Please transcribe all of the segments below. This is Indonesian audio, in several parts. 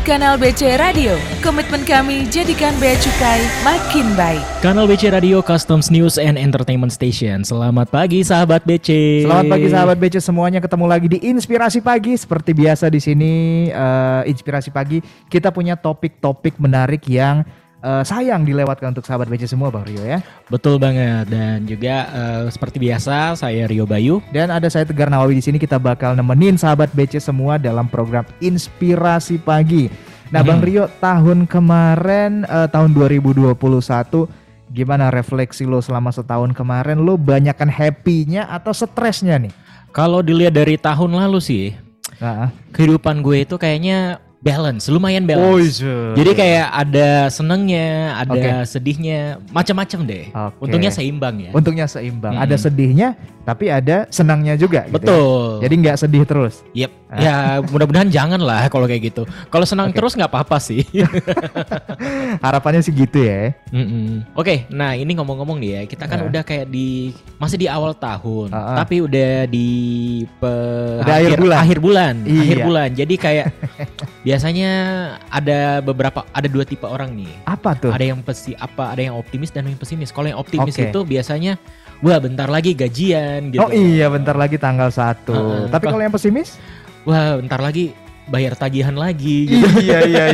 Kanal BC Radio. Komitmen kami jadikan Bea Cukai makin baik. Kanal BC Radio Customs News and Entertainment Station. Selamat pagi sahabat BC. Selamat pagi sahabat BC semuanya, ketemu lagi di Inspirasi Pagi. Seperti biasa di sini Inspirasi Pagi kita punya topik-topik menarik yang sayang dilewatkan untuk sahabat BC semua, Bang Rio ya. Betul banget, dan juga seperti biasa saya Rio Bayu dan ada saya Tegar Nawawi. Di sini kita bakal nemenin sahabat BC semua dalam program Inspirasi Pagi. Nah, Bang Rio, tahun kemarin tahun 2021 gimana refleksi lo selama setahun kemarin? Lo banyakan happy-nya atau stresnya nih? Kalau dilihat dari tahun lalu sih, kehidupan gue itu kayaknya lumayan balance. Jadi kayak ada senengnya, ada sedihnya, macam-macam deh. Untungnya seimbang ya. Untungnya seimbang. Ada sedihnya, tapi ada senangnya juga. Betul. Gitu ya? Jadi nggak sedih terus. Yep. Ya mudah-mudahan jangan lah kalau kayak gitu. Kalau senang terus nggak apa-apa sih. Harapannya sih gitu ya. Oke, nah ini ngomong-ngomong nih ya, kita kan udah kayak masih di awal tahun, tapi udah di akhir bulan. Jadi kayak biasanya ada dua tipe orang nih. Apa tuh? Ada yang optimis dan yang pesimis. Kalau yang optimis itu biasanya wah bentar lagi gajian gitu. Oh iya, bentar lagi tanggal 1. Tapi kalau yang pesimis? Wah bentar lagi bayar tagihan lagi gitu. Iya.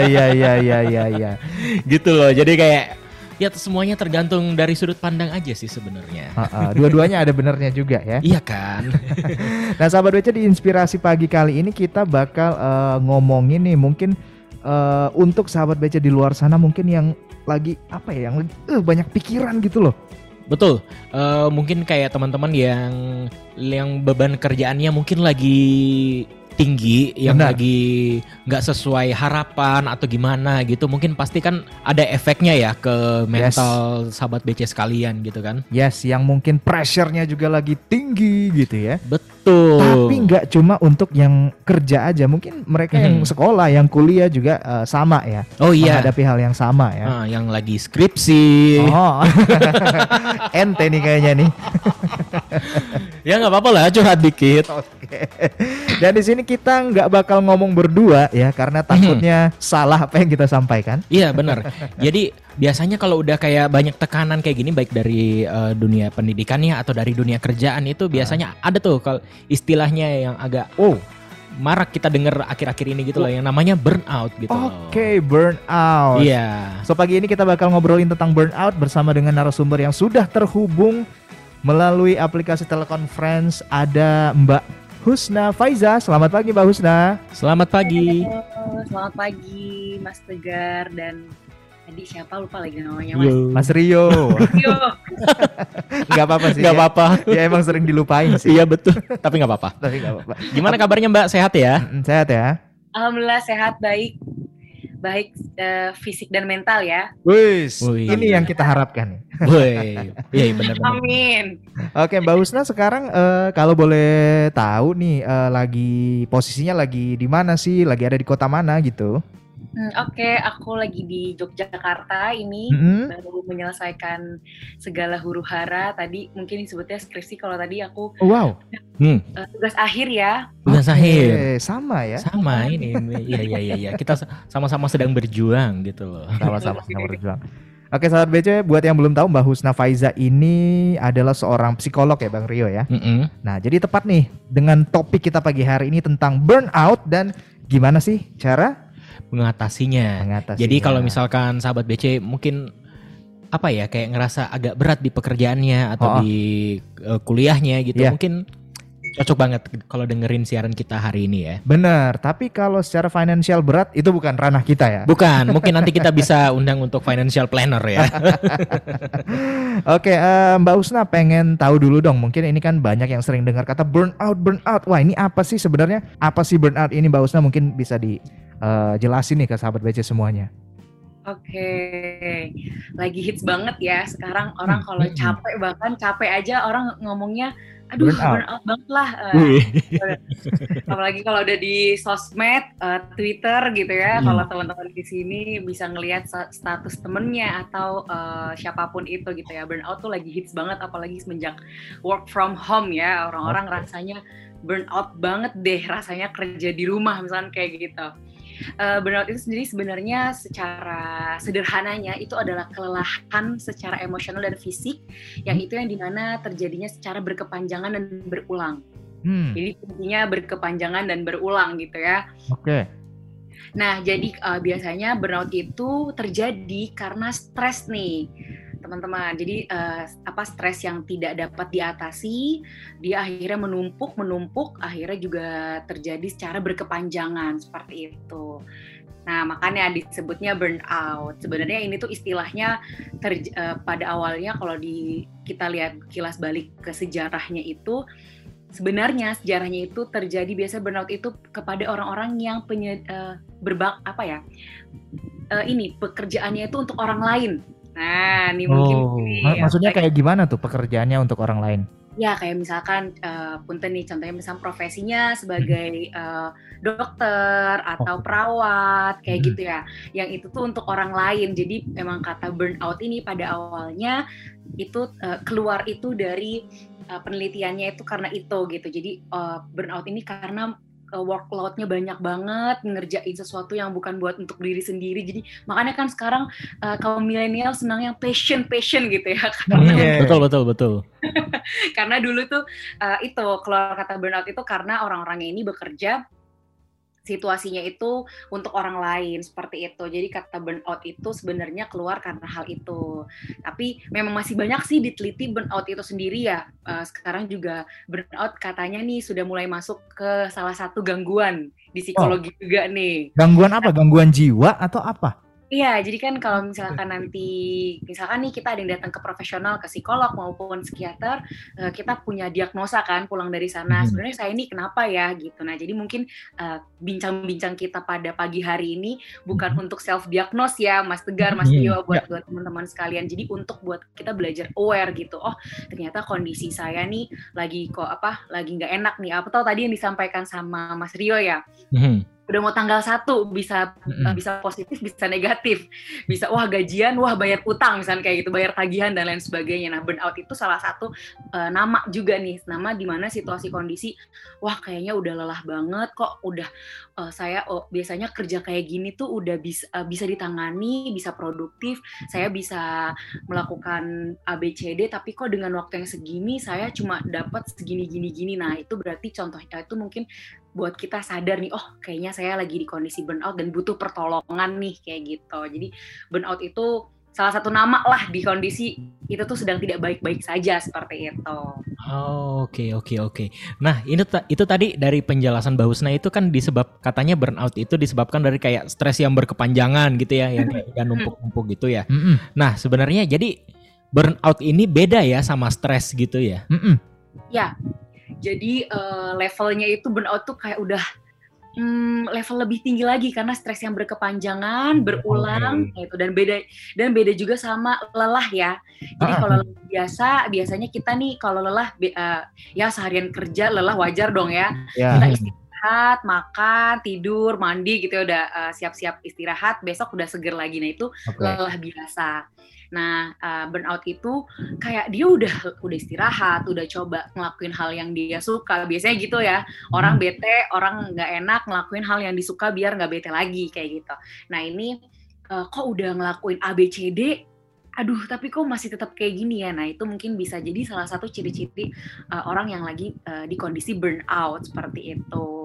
Gitu loh. Jadi kayak ya semuanya tergantung dari sudut pandang aja sih sebenarnya. Dua-duanya ada benernya juga ya. Iya kan. Nah, sahabat BC, di Inspirasi Pagi kali ini kita bakal ngomongin nih mungkin untuk sahabat BC di luar sana mungkin yang lagi yang lagi banyak pikiran gitu loh. Betul. Mungkin kayak teman-teman yang beban kerjaannya mungkin lagi tinggi, yang lagi nggak sesuai harapan atau gimana gitu, mungkin pasti kan ada efeknya ya ke mental sahabat BC sekalian gitu kan. Yes, yang mungkin pressure-nya juga lagi tinggi gitu ya. Betul. Tapi nggak cuma untuk yang kerja aja, mungkin mereka yang sekolah, yang kuliah juga sama ya. Oh iya. Menghadapi hal yang sama ya. Yang lagi skripsi. Ente nih kayaknya nih. Ya nggak apa-apa lah, curhat dikit. Oke. Dan di sini kita nggak bakal ngomong berdua ya, karena takutnya salah apa yang kita sampaikan. Iya benar. Jadi biasanya kalau udah kayak banyak tekanan kayak gini, baik dari dunia pendidikannya atau dari dunia kerjaan, itu biasanya ada tuh kalau istilahnya yang agak marak kita dengar akhir-akhir ini gitu loh, yang namanya burnout gitu. Oke, burnout. Iya. So pagi ini kita bakal ngobrolin tentang burnout bersama dengan narasumber yang sudah terhubung melalui aplikasi telekonferensi. Ada Mbak Husna Faiza. Selamat pagi Mbak Husna. Selamat pagi. Halo, selamat pagi Mas Tegar dan tadi siapa lupa lagi namanya Mas Rio. Rio. Gak apa-apa sih. Gak apa-apa. Ya emang sering dilupain sih. Iya betul. Tapi gak apa-apa. Gimana kabarnya Mbak? Sehat ya? Sehat ya. Alhamdulillah sehat, baik fisik dan mental ya. Wis, ini yang kita harapkan. Iya benar. Amin. Oke, Mbak Husna sekarang kalau boleh tahu nih lagi posisinya lagi di mana sih? Lagi ada di kota mana gitu? Oke, aku lagi di Yogyakarta ini, baru menyelesaikan segala huru-hara. Tadi mungkin disebutnya skripsi, kalau tadi aku tugas akhir ya. Tugas akhir. Sama ya? Sama ini. Iya. Kita sama-sama sedang berjuang gitu loh. Sama-sama sedang berjuang. Oke, sahabat BC, buat yang belum tahu, Mbak Husna Faiza ini adalah seorang psikolog ya Bang Rio ya. Nah, jadi tepat nih dengan topik kita pagi hari ini tentang burnout dan gimana sih cara mengatasinya. Jadi kalau misalkan sahabat BC mungkin kayak ngerasa agak berat di pekerjaannya atau di kuliahnya gitu, mungkin cocok banget kalau dengerin siaran kita hari ini ya. Bener, tapi kalau secara financial berat itu bukan ranah kita ya. Bukan, mungkin nanti kita bisa undang untuk financial planner ya. Oke, Mbak Husna pengen tahu dulu dong, mungkin ini kan banyak yang sering dengar kata burnout. Wah, ini apa sih sebenarnya? Apa sih burnout ini Mbak Husna? Mungkin bisa dijelasin nih ke sahabat BC semuanya. Oke, lagi hits banget ya sekarang orang kalau capek aja orang ngomongnya burnout banget lah. Apalagi kalau udah di sosmed, Twitter gitu ya. Kalau teman-teman di sini bisa ngelihat status temennya atau siapapun itu gitu ya. Burnout tuh lagi hits banget, apalagi semenjak work from home ya. Orang-orang rasanya burnout banget deh rasanya kerja di rumah misalnya kayak gitu. Burnout itu sendiri sebenarnya secara sederhananya itu adalah kelelahan secara emosional dan fisik, yang itu yang dimana terjadinya secara berkepanjangan dan berulang. Jadi intinya berkepanjangan dan berulang gitu ya. Oke. Nah, jadi biasanya burnout itu terjadi karena stres nih, teman-teman. Jadi stres yang tidak dapat diatasi, dia akhirnya menumpuk, akhirnya juga terjadi secara berkepanjangan seperti itu. Nah, makanya disebutnya burnout. Sebenarnya ini tuh istilahnya pada awalnya kalau kita lihat kilas balik ke sejarahnya itu, sebenarnya sejarahnya itu terjadi biasa burnout itu kepada orang-orang yang pekerjaannya itu untuk orang lain. Nah, ini mungkin maksudnya kayak gimana tuh pekerjaannya untuk orang lain? Ya, kayak misalkan punten nih, contohnya misalnya profesinya sebagai dokter atau perawat kayak gitu ya. Yang itu tuh untuk orang lain. Jadi emang kata burnout ini pada awalnya itu keluar itu dari penelitiannya itu karena itu gitu. Jadi burnout ini karena workload-nya banyak banget, ngerjain sesuatu yang bukan buat untuk diri sendiri. Jadi makanya kan sekarang kaum milenial senang yang passion gitu ya. Betul. Karena dulu tuh itu keluar kata burnout itu karena orang-orang ini bekerja situasinya itu untuk orang lain seperti itu. Jadi kata burnout itu sebenarnya keluar karena hal itu. Tapi memang masih banyak sih diteliti burnout itu sendiri ya. Sekarang juga burnout katanya nih sudah mulai masuk ke salah satu gangguan di psikologi juga nih. Gangguan apa? Gangguan jiwa atau apa? Iya, jadi kan kalau misalkan misalkan nih kita ada yang datang ke profesional, ke psikolog maupun psikiater, kita punya diagnosa kan pulang dari sana, sebenarnya saya ini kenapa ya gitu. Nah, jadi mungkin bincang-bincang kita pada pagi hari ini bukan untuk self-diagnose ya Mas Tegar, Mas Tio, buat teman-teman sekalian. Jadi untuk buat kita belajar aware gitu, oh ternyata kondisi saya nih lagi nggak enak nih. Apa tahu tadi yang disampaikan sama Mas Rio ya. Udah mau tanggal 1 bisa positif, bisa negatif, bisa gajian, bayar utang misalnya kayak gitu, bayar tagihan dan lain sebagainya. Nah, burnout itu salah satu nama juga nih, nama di mana situasi kondisi kayaknya udah lelah banget kok, udah saya biasanya kerja kayak gini tuh udah bisa ditangani, bisa produktif, saya bisa melakukan ABCD, tapi kok dengan waktu yang segini saya cuma dapat segini gini. Nah, itu berarti contohnya itu mungkin buat kita sadar nih, kayaknya saya lagi di kondisi burnout dan butuh pertolongan nih kayak gitu. Jadi burnout itu salah satu nama lah di kondisi itu tuh sedang tidak baik-baik saja seperti itu. Oke. Nah, itu tadi dari penjelasan Mbak Husna itu kan katanya burnout itu disebabkan dari kayak stres yang berkepanjangan gitu ya, yang kayak numpuk-numpuk gitu ya. Nah, sebenarnya jadi burnout ini beda ya sama stres gitu ya? Ya. Jadi levelnya itu burnout tuh kayak udah level lebih tinggi lagi karena stres yang berkepanjangan, berulang gitu, dan beda juga sama lelah ya. Jadi kalau biasanya kita nih kalau lelah ya seharian kerja lelah wajar dong ya. Kita istirahat, makan, tidur, mandi gitu ya, udah siap-siap istirahat, besok udah seger lagi. Nah, itu lelah biasa. Nah, burnout itu kayak dia udah istirahat, udah coba ngelakuin hal yang dia suka. Biasanya gitu ya, orang bete, orang nggak enak ngelakuin hal yang disuka biar nggak bete lagi kayak gitu. Nah, ini kok udah ngelakuin ABCD, aduh tapi kok masih tetap kayak gini ya. Nah, itu mungkin bisa jadi salah satu ciri-ciri orang yang lagi di kondisi burnout seperti itu.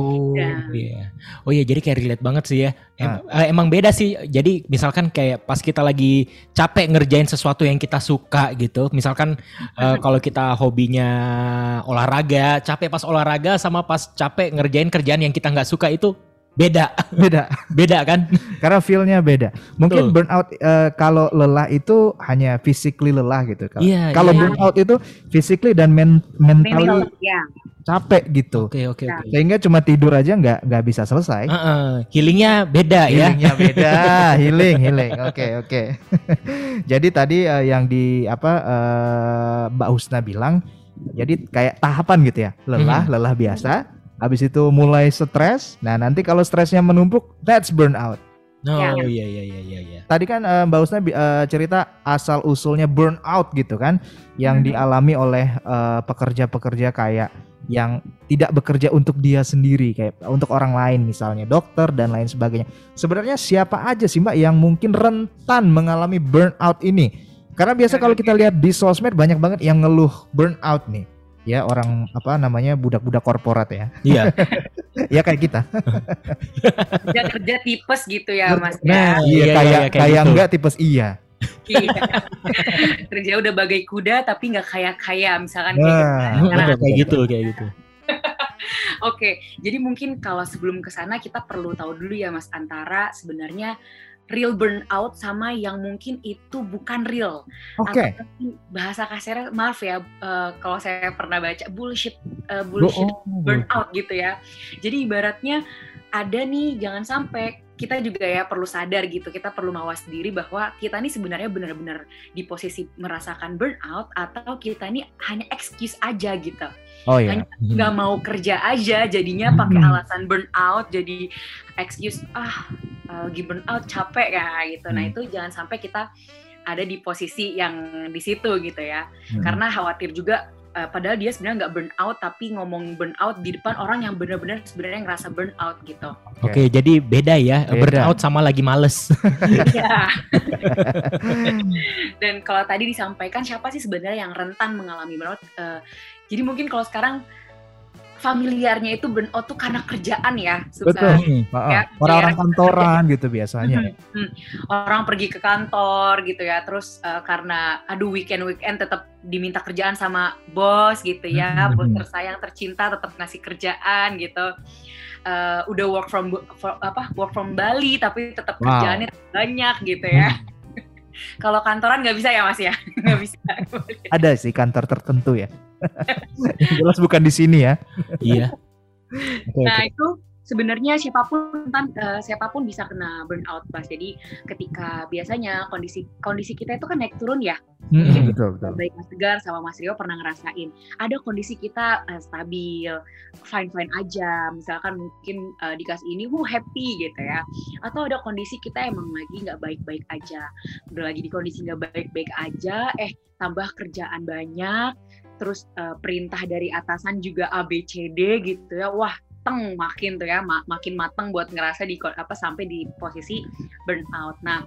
Jadi kayak relate banget sih ya. Emang beda sih. Jadi misalkan kayak pas kita lagi capek ngerjain sesuatu yang kita suka gitu. Misalkan kalau kita hobinya olahraga, capek pas olahraga sama pas capek ngerjain kerjaan yang kita nggak suka itu beda kan? Karena feel-nya beda. Mungkin burnout kalau lelah itu hanya physically lelah gitu. Kalau burnout itu physically dan mentally capek gitu. Oke. Sehingga cuma tidur aja nggak bisa selesai. Healingnya beda ya. Healingnya beda. Healing. Oke. Jadi tadi yang Mbak Husna bilang, jadi kayak tahapan gitu ya. Lelah biasa. Habis itu mulai stres. Nah, nanti kalau stresnya menumpuk, that's burnout. Oh Ya. iya. Tadi kan Mbak Usna cerita asal usulnya burnout gitu kan, yang dialami oleh pekerja-pekerja kayak yang tidak bekerja untuk dia sendiri, kayak untuk orang lain misalnya dokter dan lain sebagainya. Sebenarnya siapa aja sih Mbak yang mungkin rentan mengalami burnout ini? Karena biasa kalau kita lihat di sosmed banyak banget yang ngeluh burnout nih. Ya orang apa namanya budak-budak korporat ya. Iya. Ya kayak kita. Kerja tipes gitu ya Mas Nah, Iya kayak gitu. enggak tipes iya. Iya. Kerja udah bagai kuda tapi nggak kaya-kaya misalkan Nah, kayak gitu. kayak gitu. Oke, jadi mungkin kalau sebelum ke sana kita perlu tahu dulu ya Mas antara sebenarnya real burnout sama yang mungkin itu bukan real. Oke. Atau bahasa kasarnya maaf ya kalau saya pernah baca bullshit burnout gitu ya. Jadi ibaratnya ada nih jangan sampai kita juga ya perlu sadar gitu, kita perlu mawas diri bahwa kita ini sebenarnya benar-benar di posisi merasakan burnout atau kita ini hanya excuse aja gitu. Oh iya. Hanya nggak mau kerja aja jadinya pakai alasan burnout, jadi excuse lagi burnout capek kayak gitu. Nah itu jangan sampai kita ada di posisi yang di situ gitu ya. Karena khawatir juga padahal dia sebenarnya nggak burnout tapi ngomong burnout di depan orang yang benar-benar sebenarnya ngerasa burnout gitu. Oke, jadi beda ya, burnout sama lagi males. Ya. Dan kalau tadi disampaikan siapa sih sebenarnya yang rentan mengalami burnout? Jadi mungkin kalau sekarang familiarnya itu burnout tuh karena kerjaan ya. Betul. Ya, orang-orang kantoran gitu biasanya. Orang pergi ke kantor gitu ya, terus karena weekend tetap diminta kerjaan sama bos gitu ya, bos tersayang tercinta tetap ngasih kerjaan gitu. Udah work from Bali tapi tetap kerjaannya banyak gitu ya. Kalau kantoran nggak bisa ya Mas ya, nggak bisa. Ada sih kantor tertentu ya. Jelas bukan di sini ya. Iya. Nah itu sebenarnya siapapun bisa kena burnout Mas. Jadi ketika biasanya kondisi kita itu kan naik turun ya. Betul. Baik Mas Tegar sama Mas Rio pernah ngerasain. Ada kondisi kita stabil, fine aja. Misalkan mungkin dikasih ini, happy gitu ya. Atau ada kondisi kita emang lagi nggak baik-baik aja. Udah lagi di kondisi nggak baik-baik aja, tambah kerjaan banyak. Terus perintah dari atasan juga ABCD gitu ya. Wah, makin tuh ya, makin mateng buat ngerasa sampai di posisi burnout. Nah,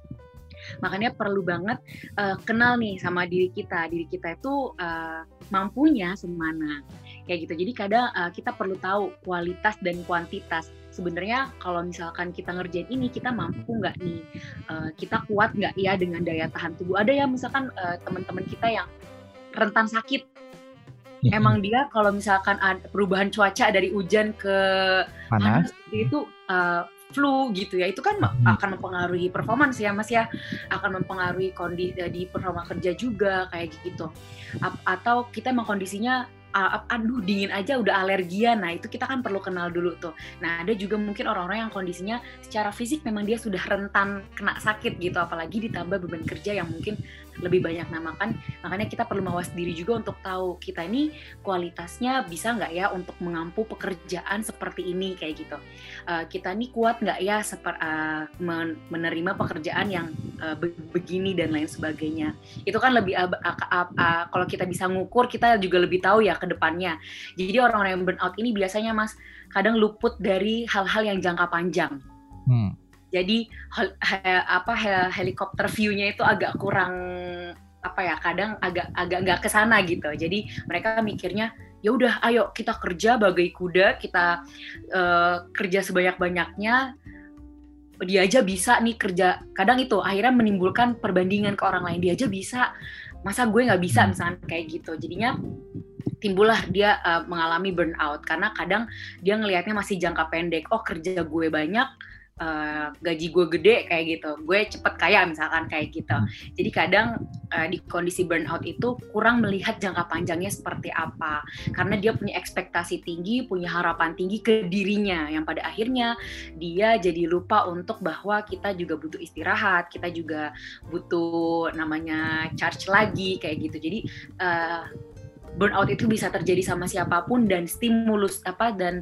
makanya perlu banget kenal nih sama diri kita. Diri kita itu mampunya semana. Kayak gitu. Jadi kadang kita perlu tahu kualitas dan kuantitas. Sebenarnya kalau misalkan kita ngerjain ini, kita mampu nggak nih? Kita kuat nggak ya dengan daya tahan tubuh? Ada ya misalkan teman-teman kita yang rentan sakit. Emang dia kalau misalkan ada perubahan cuaca dari hujan ke panas itu flu gitu ya, itu kan akan mempengaruhi performance ya Mas ya, akan mempengaruhi kondisi di performa kerja juga kayak gitu. Atau kita emang kondisinya dingin aja udah alergian, nah itu kita kan perlu kenal dulu tuh. Nah ada juga mungkin orang-orang yang kondisinya secara fisik memang dia sudah rentan kena sakit gitu, apalagi ditambah beban kerja yang mungkin lebih banyak. Nah makanya kita perlu mawas diri juga untuk tahu kita ini kualitasnya bisa nggak ya untuk mengampu pekerjaan seperti ini kayak gitu. Kita ini kuat nggak ya menerima pekerjaan yang begini dan lain sebagainya. Itu kan lebih kalau kita bisa ngukur, kita juga lebih tahu ya ke depannya. Jadi orang-orang yang burnout ini biasanya Mas kadang luput dari hal-hal yang jangka panjang. Jadi helikopter view-nya itu agak kurang kadang agak nggak kesana gitu. Jadi mereka mikirnya ya udah ayo kita kerja bagai kuda, kita kerja sebanyak-banyaknya, dia aja bisa nih kerja. Kadang itu akhirnya menimbulkan perbandingan ke orang lain, dia aja bisa, masa gue nggak bisa misalnya kayak gitu. Jadinya timbullah dia mengalami burnout karena kadang dia ngelihatnya masih jangka pendek. Oh kerja gue banyak, gaji gue gede kayak gitu, gue cepet kaya misalkan kayak gitu. Jadi kadang di kondisi burnout itu kurang melihat jangka panjangnya seperti apa, karena dia punya ekspektasi tinggi, punya harapan tinggi ke dirinya, yang pada akhirnya dia jadi lupa untuk bahwa kita juga butuh istirahat, kita juga butuh namanya charge lagi kayak gitu. Jadi burnout itu bisa terjadi sama siapapun dan stimulus dan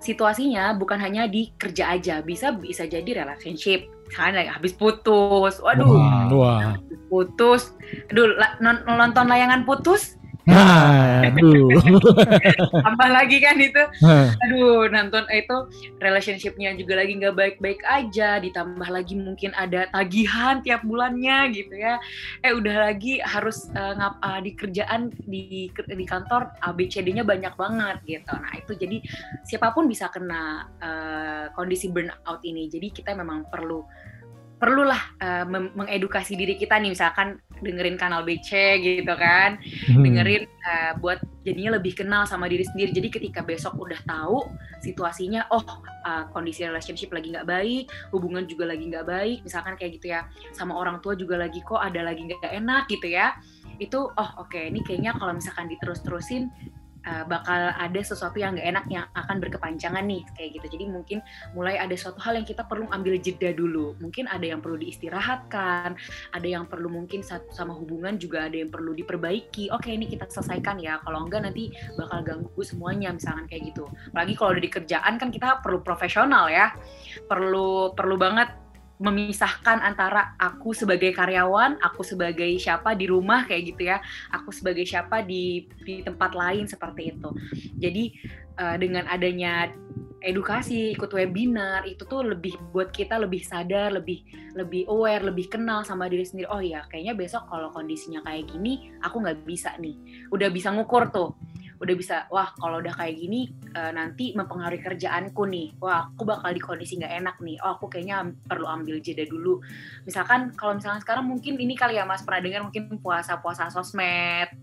situasinya bukan hanya di kerja aja, bisa jadi relationship. Misalnya habis putus, waduh, Wah. putus, aduh nonton layangan putus, Aduh. tambah lagi kan itu, aduh nonton itu relationshipnya juga lagi nggak baik-baik aja, ditambah lagi mungkin ada tagihan tiap bulannya gitu ya, udah lagi harus di kerjaan di kantor ABCD-nya banyak banget gitu. Nah itu jadi siapapun bisa kena kondisi burnout ini. Jadi kita memang perlulah mengedukasi diri kita nih, misalkan dengerin kanal BC gitu kan, dengerin buat jadinya lebih kenal sama diri sendiri. Jadi ketika besok udah tahu situasinya, kondisi relationship lagi nggak baik, hubungan juga lagi nggak baik, misalkan kayak gitu ya, sama orang tua juga lagi kok ada lagi nggak enak gitu ya, itu oke, ini kayaknya kalau misalkan diterus-terusin bakal ada sesuatu yang nggak enak yang akan berkepanjangan nih kayak gitu. Jadi mungkin mulai ada suatu hal yang kita perlu ambil jeda dulu. Mungkin ada yang perlu diistirahatkan, ada yang perlu mungkin sama hubungan juga ada yang perlu diperbaiki. Oke, ini kita selesaikan ya. Kalau enggak nanti bakal ganggu semuanya, misalkan kayak gitu. Apalagi kalau udah di kerjaan kan kita perlu profesional ya. Perlu banget memisahkan antara aku sebagai karyawan, aku sebagai siapa di rumah kayak gitu ya, aku sebagai siapa di tempat lain seperti itu. Jadi dengan adanya edukasi, ikut webinar, itu tuh lebih buat kita lebih sadar, lebih aware, lebih kenal sama diri sendiri. Oh ya, kayaknya besok kalau kondisinya kayak gini, aku nggak bisa nih. Udah bisa ngukur tuh. Udah bisa, wah kalau udah kayak gini nanti mempengaruhi kerjaanku nih, wah aku bakal di kondisi nggak enak nih, aku kayaknya perlu ambil jeda dulu. Misalkan kalau misalnya sekarang mungkin ini kali ya Mas, pernah dengar mungkin puasa sosmed.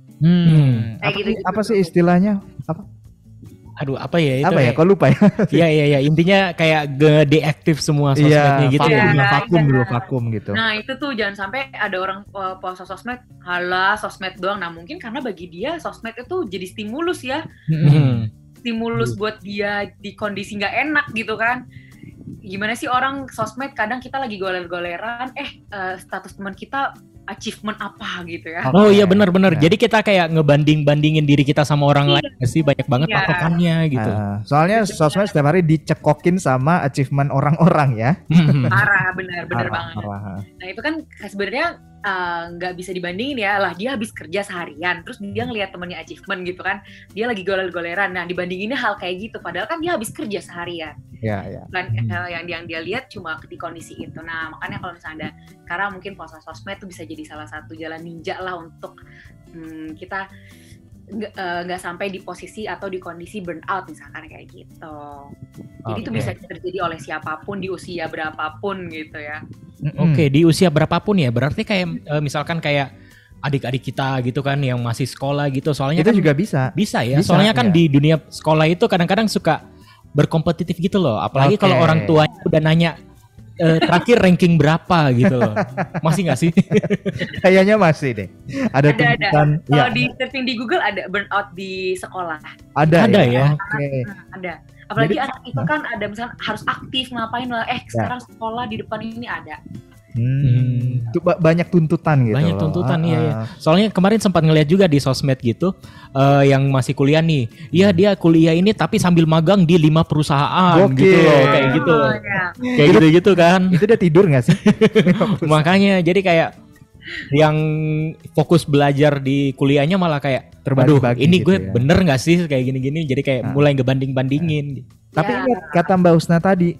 Apa sih istilahnya? Aduh, apa ya itu? Apa ya? Kok lupa ya? Iya. Intinya kayak deaktif semua sosmednya gitu ya. Vakum gitu. Nah itu tuh jangan sampai ada orang puasa sosmed, halah sosmed doang. Nah mungkin karena bagi dia sosmed itu jadi stimulus ya. Stimulus buat dia di kondisi nggak enak gitu kan. Gimana sih orang sosmed, kadang kita lagi goler-goleran, status teman kita achievement apa gitu ya. Oh iya benar-benar. Jadi kita kayak ngebanding-bandingin diri kita sama orang lain sih, banyak banget patokannya gitu. Soalnya sosmed setiap hari dicekokin sama achievement orang-orang ya. Parah, benar banget. Nah itu kan sebenarnya nggak bisa dibandingin ya, lah dia habis kerja seharian terus dia ngelihat temennya achievement gitu kan, dia lagi goler-goleran. Nah dibandinginnya hal kayak gitu, padahal kan dia habis kerja seharian. Dan yang dia lihat cuma di kondisi itu. Nah makanya kalau misalnya ada, karena mungkin puasa sosmed itu bisa jadi salah satu jalan ninja lah untuk kita nggak sampai di posisi atau di kondisi burnout misalkan kayak gitu. Jadi itu bisa terjadi oleh siapapun di usia berapapun gitu ya. Oke, di usia berapapun ya, berarti kayak misalkan kayak adik-adik kita gitu kan yang masih sekolah gitu, soalnya itu kan juga bisa ya, soalnya kan di dunia sekolah itu kadang-kadang suka berkompetitif gitu loh, apalagi kalau orang tuanya udah nanya terakhir ranking berapa gitu loh. Masih nggak sih? Kayaknya masih deh. Ada. Kalau di searching di Google ada burnout di sekolah. Ada ya. Ada. Apalagi anak itu kan ada misalnya harus aktif ngapain lah. Sekarang sekolah di depan ini ada. Itu banyak tuntutan gitu. Banyak tuntutan ya. Soalnya kemarin sempat ngeliat juga di sosmed gitu, yang masih kuliah nih. Iya dia kuliah ini tapi sambil magang di 5 perusahaan gitu loh, kayak gitu. Kayak gitu-gitu kan. Itu dia tidur nggak sih? Makanya jadi kayak yang fokus belajar di kuliahnya malah kayak terbagi-bagi. Ini gue gitu bener nggak sih kayak gini-gini? Jadi kayak mulai ngebanding-bandingin. Tapi ingat kata Mbak Husna tadi.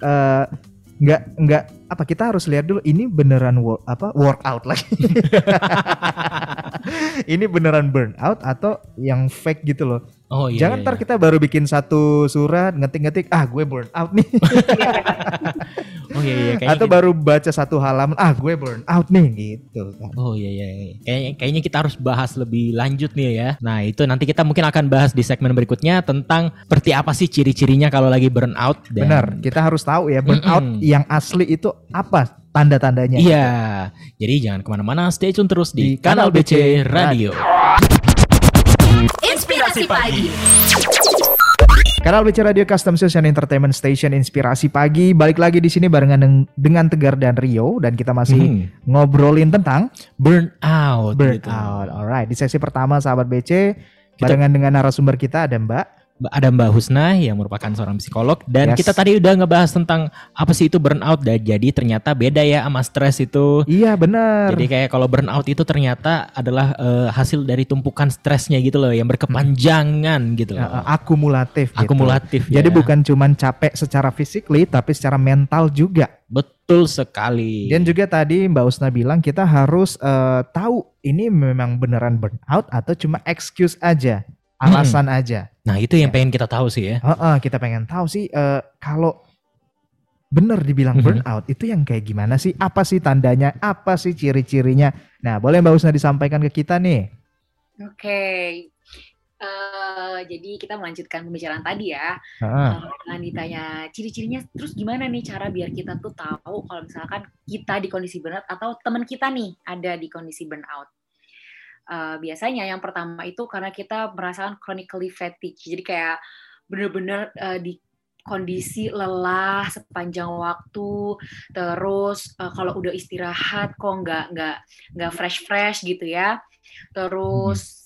Nggak apa, kita harus lihat dulu ini beneran workout lagi. Ini beneran burnout atau yang fake gitu loh. Jangan ntar kita baru bikin satu surat ngetik gue burnout nih. Atau baru baca satu halaman gue burnout nih gitu kan. Kayaknya kita harus bahas lebih lanjut nih ya. Nah itu nanti kita mungkin akan bahas di segmen berikutnya tentang seperti apa sih ciri-cirinya kalau lagi burnout. Benar, kita harus tahu ya burnout yang asli itu apa tanda-tandanya. Iya, jadi jangan kemana-mana, stay tune terus di Kanal BC Radio. Inspirasi Pagi. Kanal BC Radio Custom Sales and Entertainment Station Inspirasi Pagi. Balik lagi di sini barengan dengan Tegar dan Rio, dan kita masih ngobrolin tentang burnout. Alright, di sesi pertama sahabat BC barengan dengan narasumber kita ada Mbak ada Mbak Husna yang merupakan seorang psikolog dan Yes. kita tadi udah ngebahas tentang apa sih itu burnout dan jadi ternyata beda ya sama stres itu. Iya benar. Jadi kayak kalau burnout itu ternyata adalah hasil dari tumpukan stresnya gitu loh yang berkepanjangan gitu loh. Akumulatif gitu. Akumulatif Jadi ya. bukan cuman capek secara physically tapi secara mental juga. Betul sekali. Dan juga tadi Mbak Usna bilang kita harus tahu ini memang beneran burnout atau cuma excuse aja, alasan aja. Nah itu yang pengen kita tahu sih ya. Kita pengen tahu sih kalau bener dibilang burnout itu yang kayak gimana sih? Apa sih tandanya? Apa sih ciri-cirinya? Nah boleh Mbak Usna disampaikan ke kita nih. Oke. Jadi kita melanjutkan pembicaraan tadi ya. Jangan ditanya ciri-cirinya, terus gimana nih cara biar kita tuh tahu kalau misalkan kita di kondisi burnout atau teman kita nih ada di kondisi burnout. Biasanya yang pertama itu karena kita merasakan chronically fatigue, jadi kayak bener-bener di kondisi lelah sepanjang waktu, terus kalau udah istirahat kok nggak fresh gitu ya, terus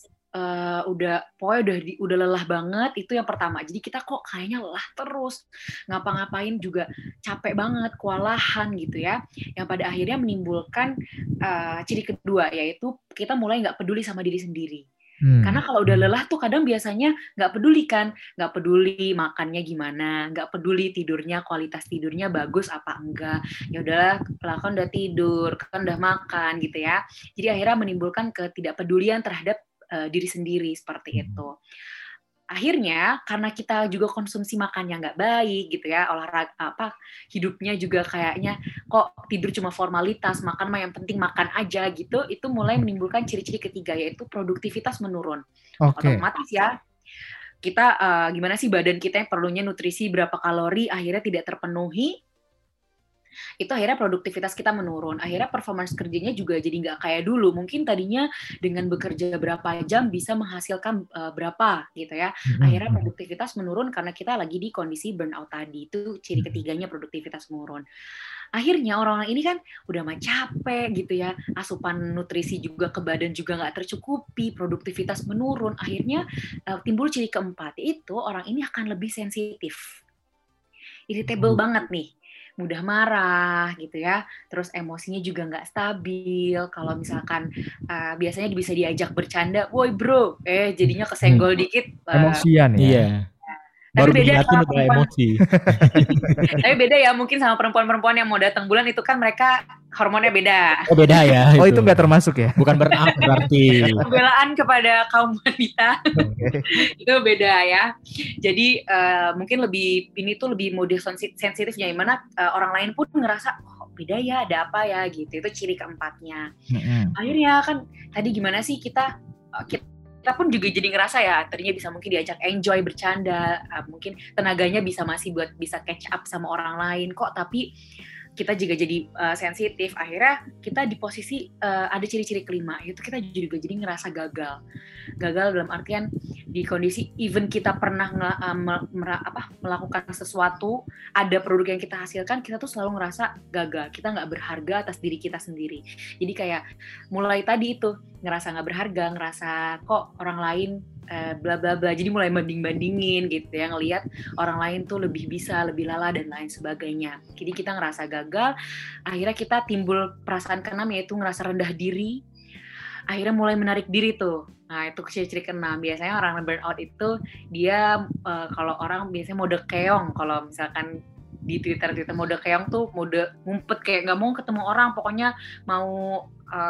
pokoknya udah lelah banget, itu yang pertama. Jadi kita kok kayaknya lelah terus, ngapa-ngapain juga capek banget, kewalahan gitu ya, yang pada akhirnya menimbulkan ciri kedua, yaitu kita mulai nggak peduli sama diri sendiri. Karena kalau udah lelah tuh kadang biasanya nggak peduli kan, nggak peduli makannya gimana, nggak peduli tidurnya, kualitas tidurnya bagus apa enggak, ya udahlah kan udah tidur, kan udah makan gitu ya. Jadi akhirnya menimbulkan ketidakpedulian terhadap diri sendiri seperti itu. Akhirnya karena kita juga konsumsi makannya nggak baik gitu ya, olahraga hidupnya juga kayaknya kok tidur cuma formalitas, makan mah yang penting makan aja gitu, itu mulai menimbulkan ciri-ciri ketiga, yaitu produktivitas menurun. Otomatis ya kita gimana sih badan kita yang perlunya nutrisi berapa kalori akhirnya tidak terpenuhi, itu akhirnya produktivitas kita menurun. Akhirnya performance kerjanya juga jadi nggak kayak dulu. Mungkin tadinya dengan bekerja berapa jam bisa menghasilkan berapa gitu ya. Akhirnya produktivitas menurun karena kita lagi di kondisi burnout tadi. Itu ciri ketiganya, produktivitas menurun. Akhirnya orang-orang ini kan udah mah capek gitu ya, asupan nutrisi juga ke badan juga nggak tercukupi, produktivitas menurun. Akhirnya timbul ciri keempat, itu orang ini akan lebih sensitif, irritable banget nih, mudah marah gitu ya, terus emosinya juga nggak stabil. Kalau misalkan biasanya bisa diajak bercanda, woi bro, jadinya kesenggol dikit, emosian ya. Iya. Tapi Baru beda dilihatin sama udah emosi. Tapi beda ya mungkin sama perempuan-perempuan yang mau datang bulan, itu kan mereka hormonnya beda. Oh beda ya. Oh itu nggak termasuk ya? Bukan burnout berarti. Pembelaan kepada kaum wanita itu beda ya. Jadi mungkin ini tuh lebih mode sensitifnya, yang mana orang lain pun ngerasa kok beda ya, ada apa ya gitu. Itu ciri keempatnya. Akhirnya kan tadi gimana sih kita pun juga jadi ngerasa ya, tadinya bisa mungkin diajak enjoy, bercanda, mungkin tenaganya masih buat bisa catch up sama orang lain kok, tapi kita juga jadi sensitif. Akhirnya kita di posisi ada ciri-ciri kelima, itu kita juga jadi ngerasa gagal dalam artian di kondisi even kita pernah melakukan sesuatu, ada produk yang kita hasilkan, kita tuh selalu ngerasa gagal, kita nggak berharga atas diri kita sendiri. Jadi kayak mulai tadi itu ngerasa nggak berharga, ngerasa kok orang lain bla bla bla, jadi mulai banding-bandingin gitu ya, ngelihat orang lain tuh lebih bisa, lebih lala dan lain sebagainya. Jadi kita ngerasa gagal, akhirnya kita timbul perasaan keenam, yaitu ngerasa rendah diri. Akhirnya mulai menarik diri tuh. Nah itu ciri-ciri keenam. Biasanya orang burnout itu dia kalau orang biasanya mode keong. Kalau misalkan di Twitter mode keong tuh mode ngumpet, kayak nggak mau ketemu orang, pokoknya mau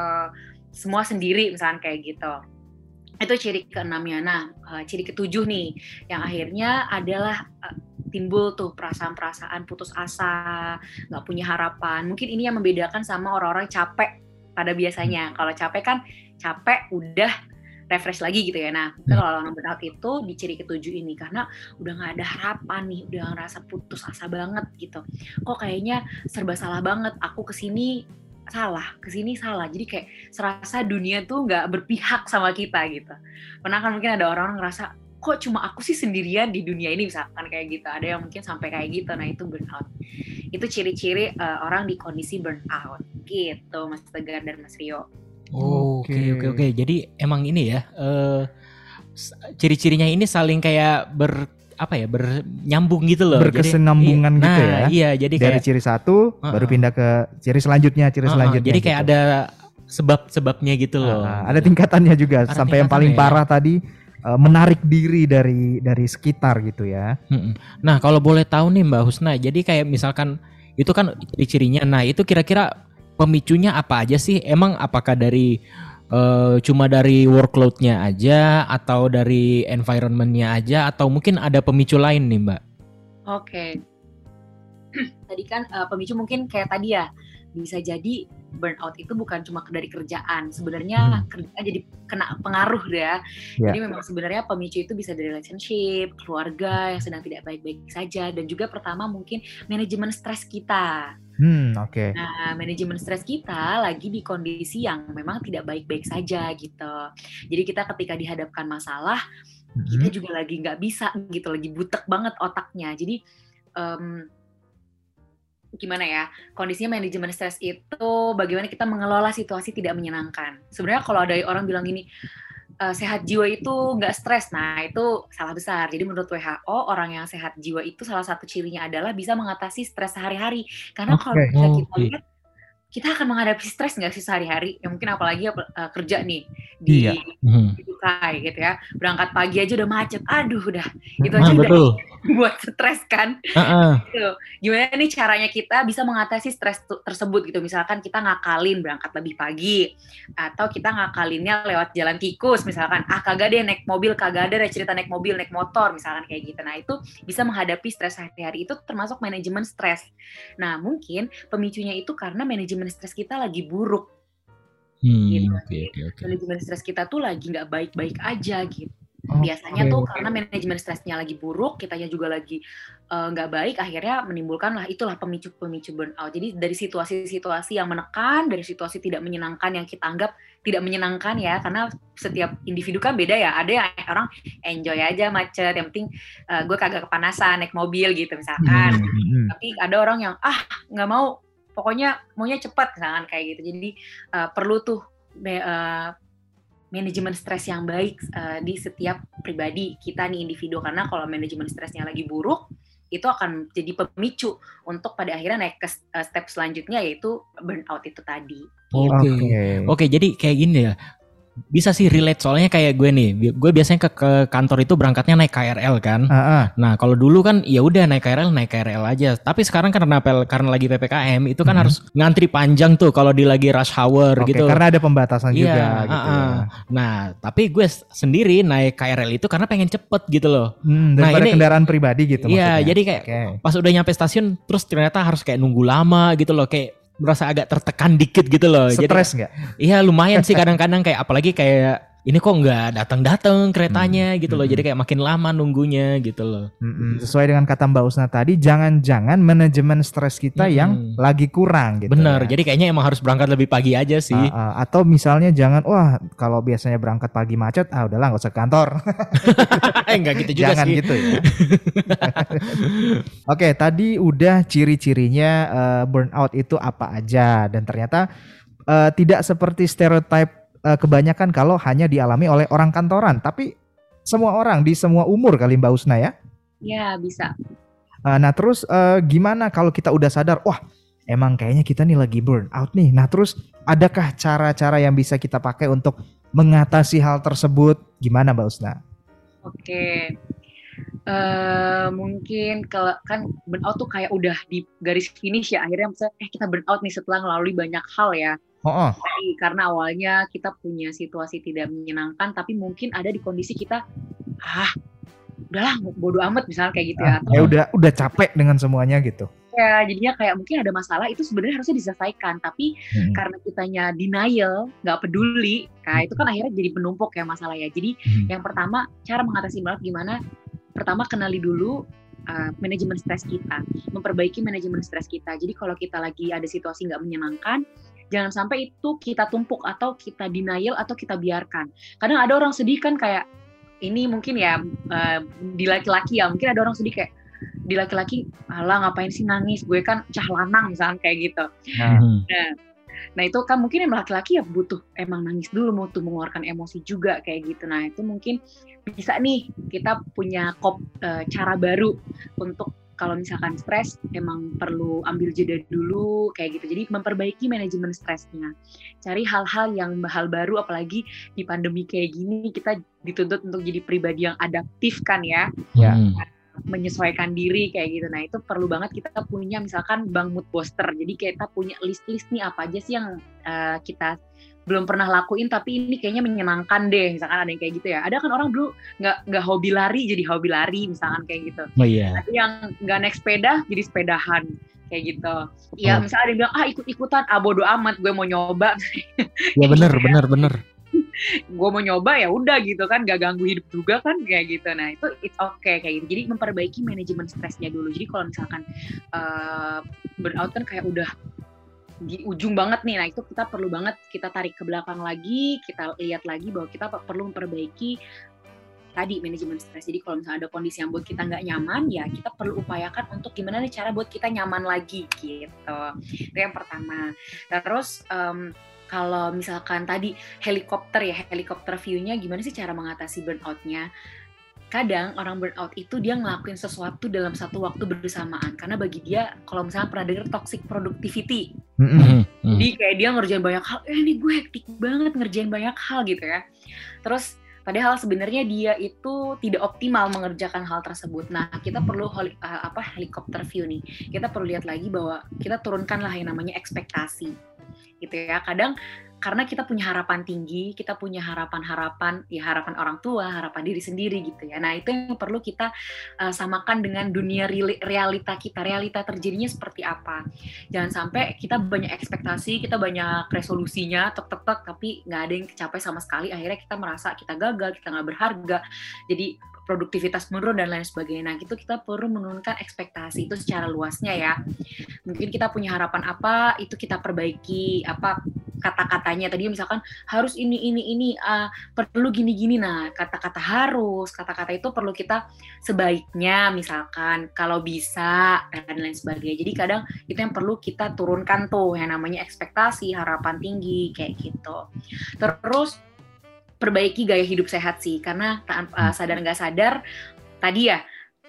semua sendiri misalkan kayak gitu. Itu ciri keenamnya. Nah ciri ketujuh nih yang akhirnya adalah timbul tuh perasaan-perasaan putus asa, nggak punya harapan. Mungkin ini yang membedakan sama orang-orang capek pada biasanya. Kalau capek kan capek udah refresh lagi gitu ya. Nah kalau orang burnout itu di ciri ketujuh ini, karena udah nggak ada harapan nih, udah ngerasa putus asa banget gitu. Kok kayaknya serba salah banget, aku kesini salah, kesini salah. Jadi kayak serasa dunia tuh nggak berpihak sama kita gitu. Pernah kan mungkin ada orang ngerasa kok cuma aku sih sendirian di dunia ini, misalkan kayak gitu. Ada yang mungkin sampai kayak gitu. Nah itu burnout. Itu ciri-ciri orang di kondisi burnout gitu, Mas Tegar dan Mas Rio. Oke. Jadi emang ini ya, ciri-cirinya ini saling kayak bernyambung gitu loh. Berkesinambungan gitu ya. Iya, jadi dari kayak ciri satu baru pindah ke ciri selanjutnya, jadi kayak gitu. ada sebab-sebabnya gitu loh. Ada tingkatannya juga sampai yang paling parah tadi menarik diri dari sekitar gitu ya. Nah, kalau boleh tahu nih Mbak Husna, jadi kayak misalkan itu kan ciri-cirinya. Nah, itu kira-kira pemicunya apa aja sih? Emang apakah dari cuma dari workload-nya aja atau dari environment-nya aja atau mungkin ada pemicu lain nih Mbak? Oke. Tadi kan pemicu mungkin kayak tadi ya, bisa jadi burnout itu bukan cuma dari kerjaan. Sebenarnya kerjaan jadi kena pengaruh ya. Jadi memang sebenarnya pemicu itu bisa dari relationship, keluarga yang sedang tidak baik-baik saja, dan juga pertama mungkin manajemen stres kita. Oke. Nah, manajemen stres kita lagi di kondisi yang memang tidak baik-baik saja gitu. Jadi kita ketika dihadapkan masalah, kita juga lagi nggak bisa gitu, lagi butek banget otaknya. Jadi gimana ya, kondisinya manajemen stres itu bagaimana kita mengelola situasi tidak menyenangkan. Sebenarnya kalau ada orang bilang gini, sehat jiwa itu nggak stres, nah itu salah besar. Jadi menurut WHO, orang yang sehat jiwa itu salah satu cirinya adalah bisa mengatasi stres sehari-hari. Karena kalau bisa kita lihat, kita akan menghadapi stres nggak sih sehari-hari? Ya mungkin apalagi kerja nih di Dukai gitu ya. Berangkat pagi aja udah macet. Aduh udah. Itu aja udah buat stres kan. Gitu. Gimana nih caranya kita bisa mengatasi stres tersebut gitu. Misalkan kita ngakalin berangkat lebih pagi. Atau kita ngakalinnya lewat jalan tikus. Misalkan, kagak deh naik mobil. Kagak ada cerita naik mobil, naik motor. Misalkan kayak gitu. Nah itu bisa menghadapi stres sehari-hari. Itu termasuk manajemen stres. Nah mungkin pemicunya itu karena manajemen stres kita lagi buruk, gitu. Manajemen stres kita tuh lagi nggak baik-baik aja gitu. Biasanya tuh karena manajemen stresnya lagi buruk, kitanya juga lagi nggak baik, akhirnya menimbulkan itulah pemicu burnout. Jadi dari situasi-situasi yang menekan, dari situasi tidak menyenangkan yang kita anggap tidak menyenangkan ya, karena setiap individu kan beda ya. Ada yang orang enjoy aja macet, yang penting gue kagak kepanasan naik mobil gitu misalkan. Tapi ada orang yang nggak mau, pokoknya maunya cepat misalkan kayak gitu. Jadi perlu tuh manajemen stres yang baik di setiap pribadi kita nih individu, karena kalau manajemen stresnya lagi buruk itu akan jadi pemicu untuk pada akhirnya naik ke step selanjutnya, yaitu burnout itu tadi. Oke, jadi kayak gini ya. Bisa sih relate, soalnya kayak gue nih, gue biasanya ke kantor itu berangkatnya naik KRL kan. Nah kalau dulu kan ya udah naik KRL aja. Tapi sekarang karena lagi PPKM itu kan harus ngantri panjang tuh kalau di lagi rush hour gitu. Karena ada pembatasan juga gitu ya. Nah tapi gue sendiri naik KRL itu karena pengen cepet gitu loh. Daripada kendaraan pribadi gitu maksudnya. Iya, jadi kayak pas udah nyampe stasiun terus ternyata harus kayak nunggu lama gitu loh, kayak merasa agak tertekan dikit gitu loh. Stres nggak? Iya lumayan sih kadang-kadang, kayak apalagi kayak ini kok nggak datang keretanya gitu loh. Jadi kayak makin lama nunggunya gitu loh. Sesuai dengan kata Mbak Husna tadi, jangan-jangan manajemen stres kita yang lagi kurang gitu. Bener, ya. Jadi kayaknya emang harus berangkat lebih pagi aja sih. Atau misalnya jangan, kalau biasanya berangkat pagi macet, udahlah nggak usah ke kantor. Enggak gitu juga jangan sih. Gitu ya. Oke, tadi udah ciri-cirinya burnout itu apa aja, dan ternyata tidak seperti stereotip kebanyakan kalau hanya dialami oleh orang kantoran, tapi semua orang di semua umur kali Mbak Husna ya? Ya bisa. Nah terus gimana kalau kita udah sadar, emang kayaknya kita nih lagi burnout nih. Nah terus adakah cara-cara yang bisa kita pakai untuk mengatasi hal tersebut? Gimana Mbak Husna? Oke. Mungkin kalau kan burnout tuh kayak udah di garis finish ya, akhirnya misalnya kita burnout nih setelah melalui banyak hal ya. Karena awalnya kita punya situasi tidak menyenangkan, tapi mungkin ada di kondisi kita udahlah bodo amat misalnya kayak gitu ya. Atau udah capek dengan semuanya gitu. Ya, jadinya kayak mungkin ada masalah itu sebenarnya harusnya diselesaikan, tapi karena kitanya denial, nggak peduli, nah itu kan akhirnya jadi penumpuk ya masalah ya. Jadi yang pertama, cara mengatasi burnout gimana? Pertama, kenali dulu manajemen stres kita, memperbaiki manajemen stres kita. Jadi kalau kita lagi ada situasi nggak menyenangkan, jangan sampai itu kita tumpuk atau kita denial atau kita biarkan. Kadang ada orang sedih kan, kayak ini mungkin ya di laki-laki ya, mungkin ada orang sedih kayak di laki-laki, alah ngapain sih nangis, gue kan cah lanang misalnya kayak gitu. Nah Nah itu kan mungkin yang laki-laki ya butuh emang nangis dulu, butuh mengeluarkan emosi juga kayak gitu. Nah itu mungkin bisa nih kita punya cara baru untuk kalau misalkan stres emang perlu ambil jeda dulu kayak gitu. Jadi memperbaiki manajemen stresnya. Cari hal-hal baru, apalagi di pandemi kayak gini kita dituntut untuk jadi pribadi yang adaptif kan ya. Menyesuaikan diri kayak gitu. Nah itu perlu banget kita punya misalkan bank mood booster. Jadi kita punya list-list nih apa aja sih yang kita belum pernah lakuin tapi ini kayaknya menyenangkan deh, misalkan ada yang kayak gitu ya. Ada kan orang dulu nggak hobi lari jadi hobi lari misalkan kayak gitu. Ada yang nggak naik sepeda jadi sepedahan kayak gitu. Ya misalnya ada yang bilang ikut-ikutan, bodo amat gue mau nyoba. Ya bener. Gue mau nyoba ya udah gitu kan, gak ganggu hidup juga kan kayak gitu. Nah itu it's okay kayak gitu. Jadi memperbaiki manajemen stresnya dulu. Jadi kalau misalkan burnout kan kayak udah di ujung banget nih, nah itu kita perlu banget kita tarik ke belakang lagi, kita lihat lagi bahwa kita perlu memperbaiki tadi manajemen stres. Jadi kalau misalnya ada kondisi yang buat kita nggak nyaman, ya kita perlu upayakan untuk gimana nih cara buat kita nyaman lagi gitu. Itu yang pertama. Terus kalau misalkan tadi helikopter view-nya gimana sih cara mengatasi burnout-nya? Kadang orang burnout itu dia ngelakuin sesuatu dalam satu waktu bersamaan, karena bagi dia kalau misalnya pernah denger toxic productivity, jadi kayak dia ngerjain banyak hal, ini gue hektik banget ngerjain banyak hal gitu ya. Terus padahal sebenarnya dia itu tidak optimal mengerjakan hal tersebut. Nah kita perlu helikopter view nih, kita perlu lihat lagi bahwa kita turunkanlah yang namanya ekspektasi gitu ya. Kadang karena kita punya harapan tinggi, kita punya harapan orang tua, harapan diri sendiri gitu ya. Nah itu yang perlu kita samakan dengan dunia realita kita, realita terjadinya seperti apa. Jangan sampai kita banyak ekspektasi, kita banyak resolusinya, tapi nggak ada yang kecapai sama sekali. Akhirnya kita merasa kita gagal, kita nggak berharga. Jadi produktivitas menurun dan lain sebagainya. Nah, itu kita perlu menurunkan ekspektasi itu secara luasnya ya. Mungkin kita punya harapan apa, itu kita perbaiki kata-katanya. Tadi misalkan harus ini perlu gini-gini. Nah, kata-kata harus, kata-kata itu perlu kita sebaiknya misalkan kalau bisa dan lain sebagainya. Jadi kadang itu yang perlu kita turunkan tuh yang namanya ekspektasi, harapan tinggi kayak gitu. Terus perbaiki gaya hidup sehat sih, karena sadar nggak sadar tadi ya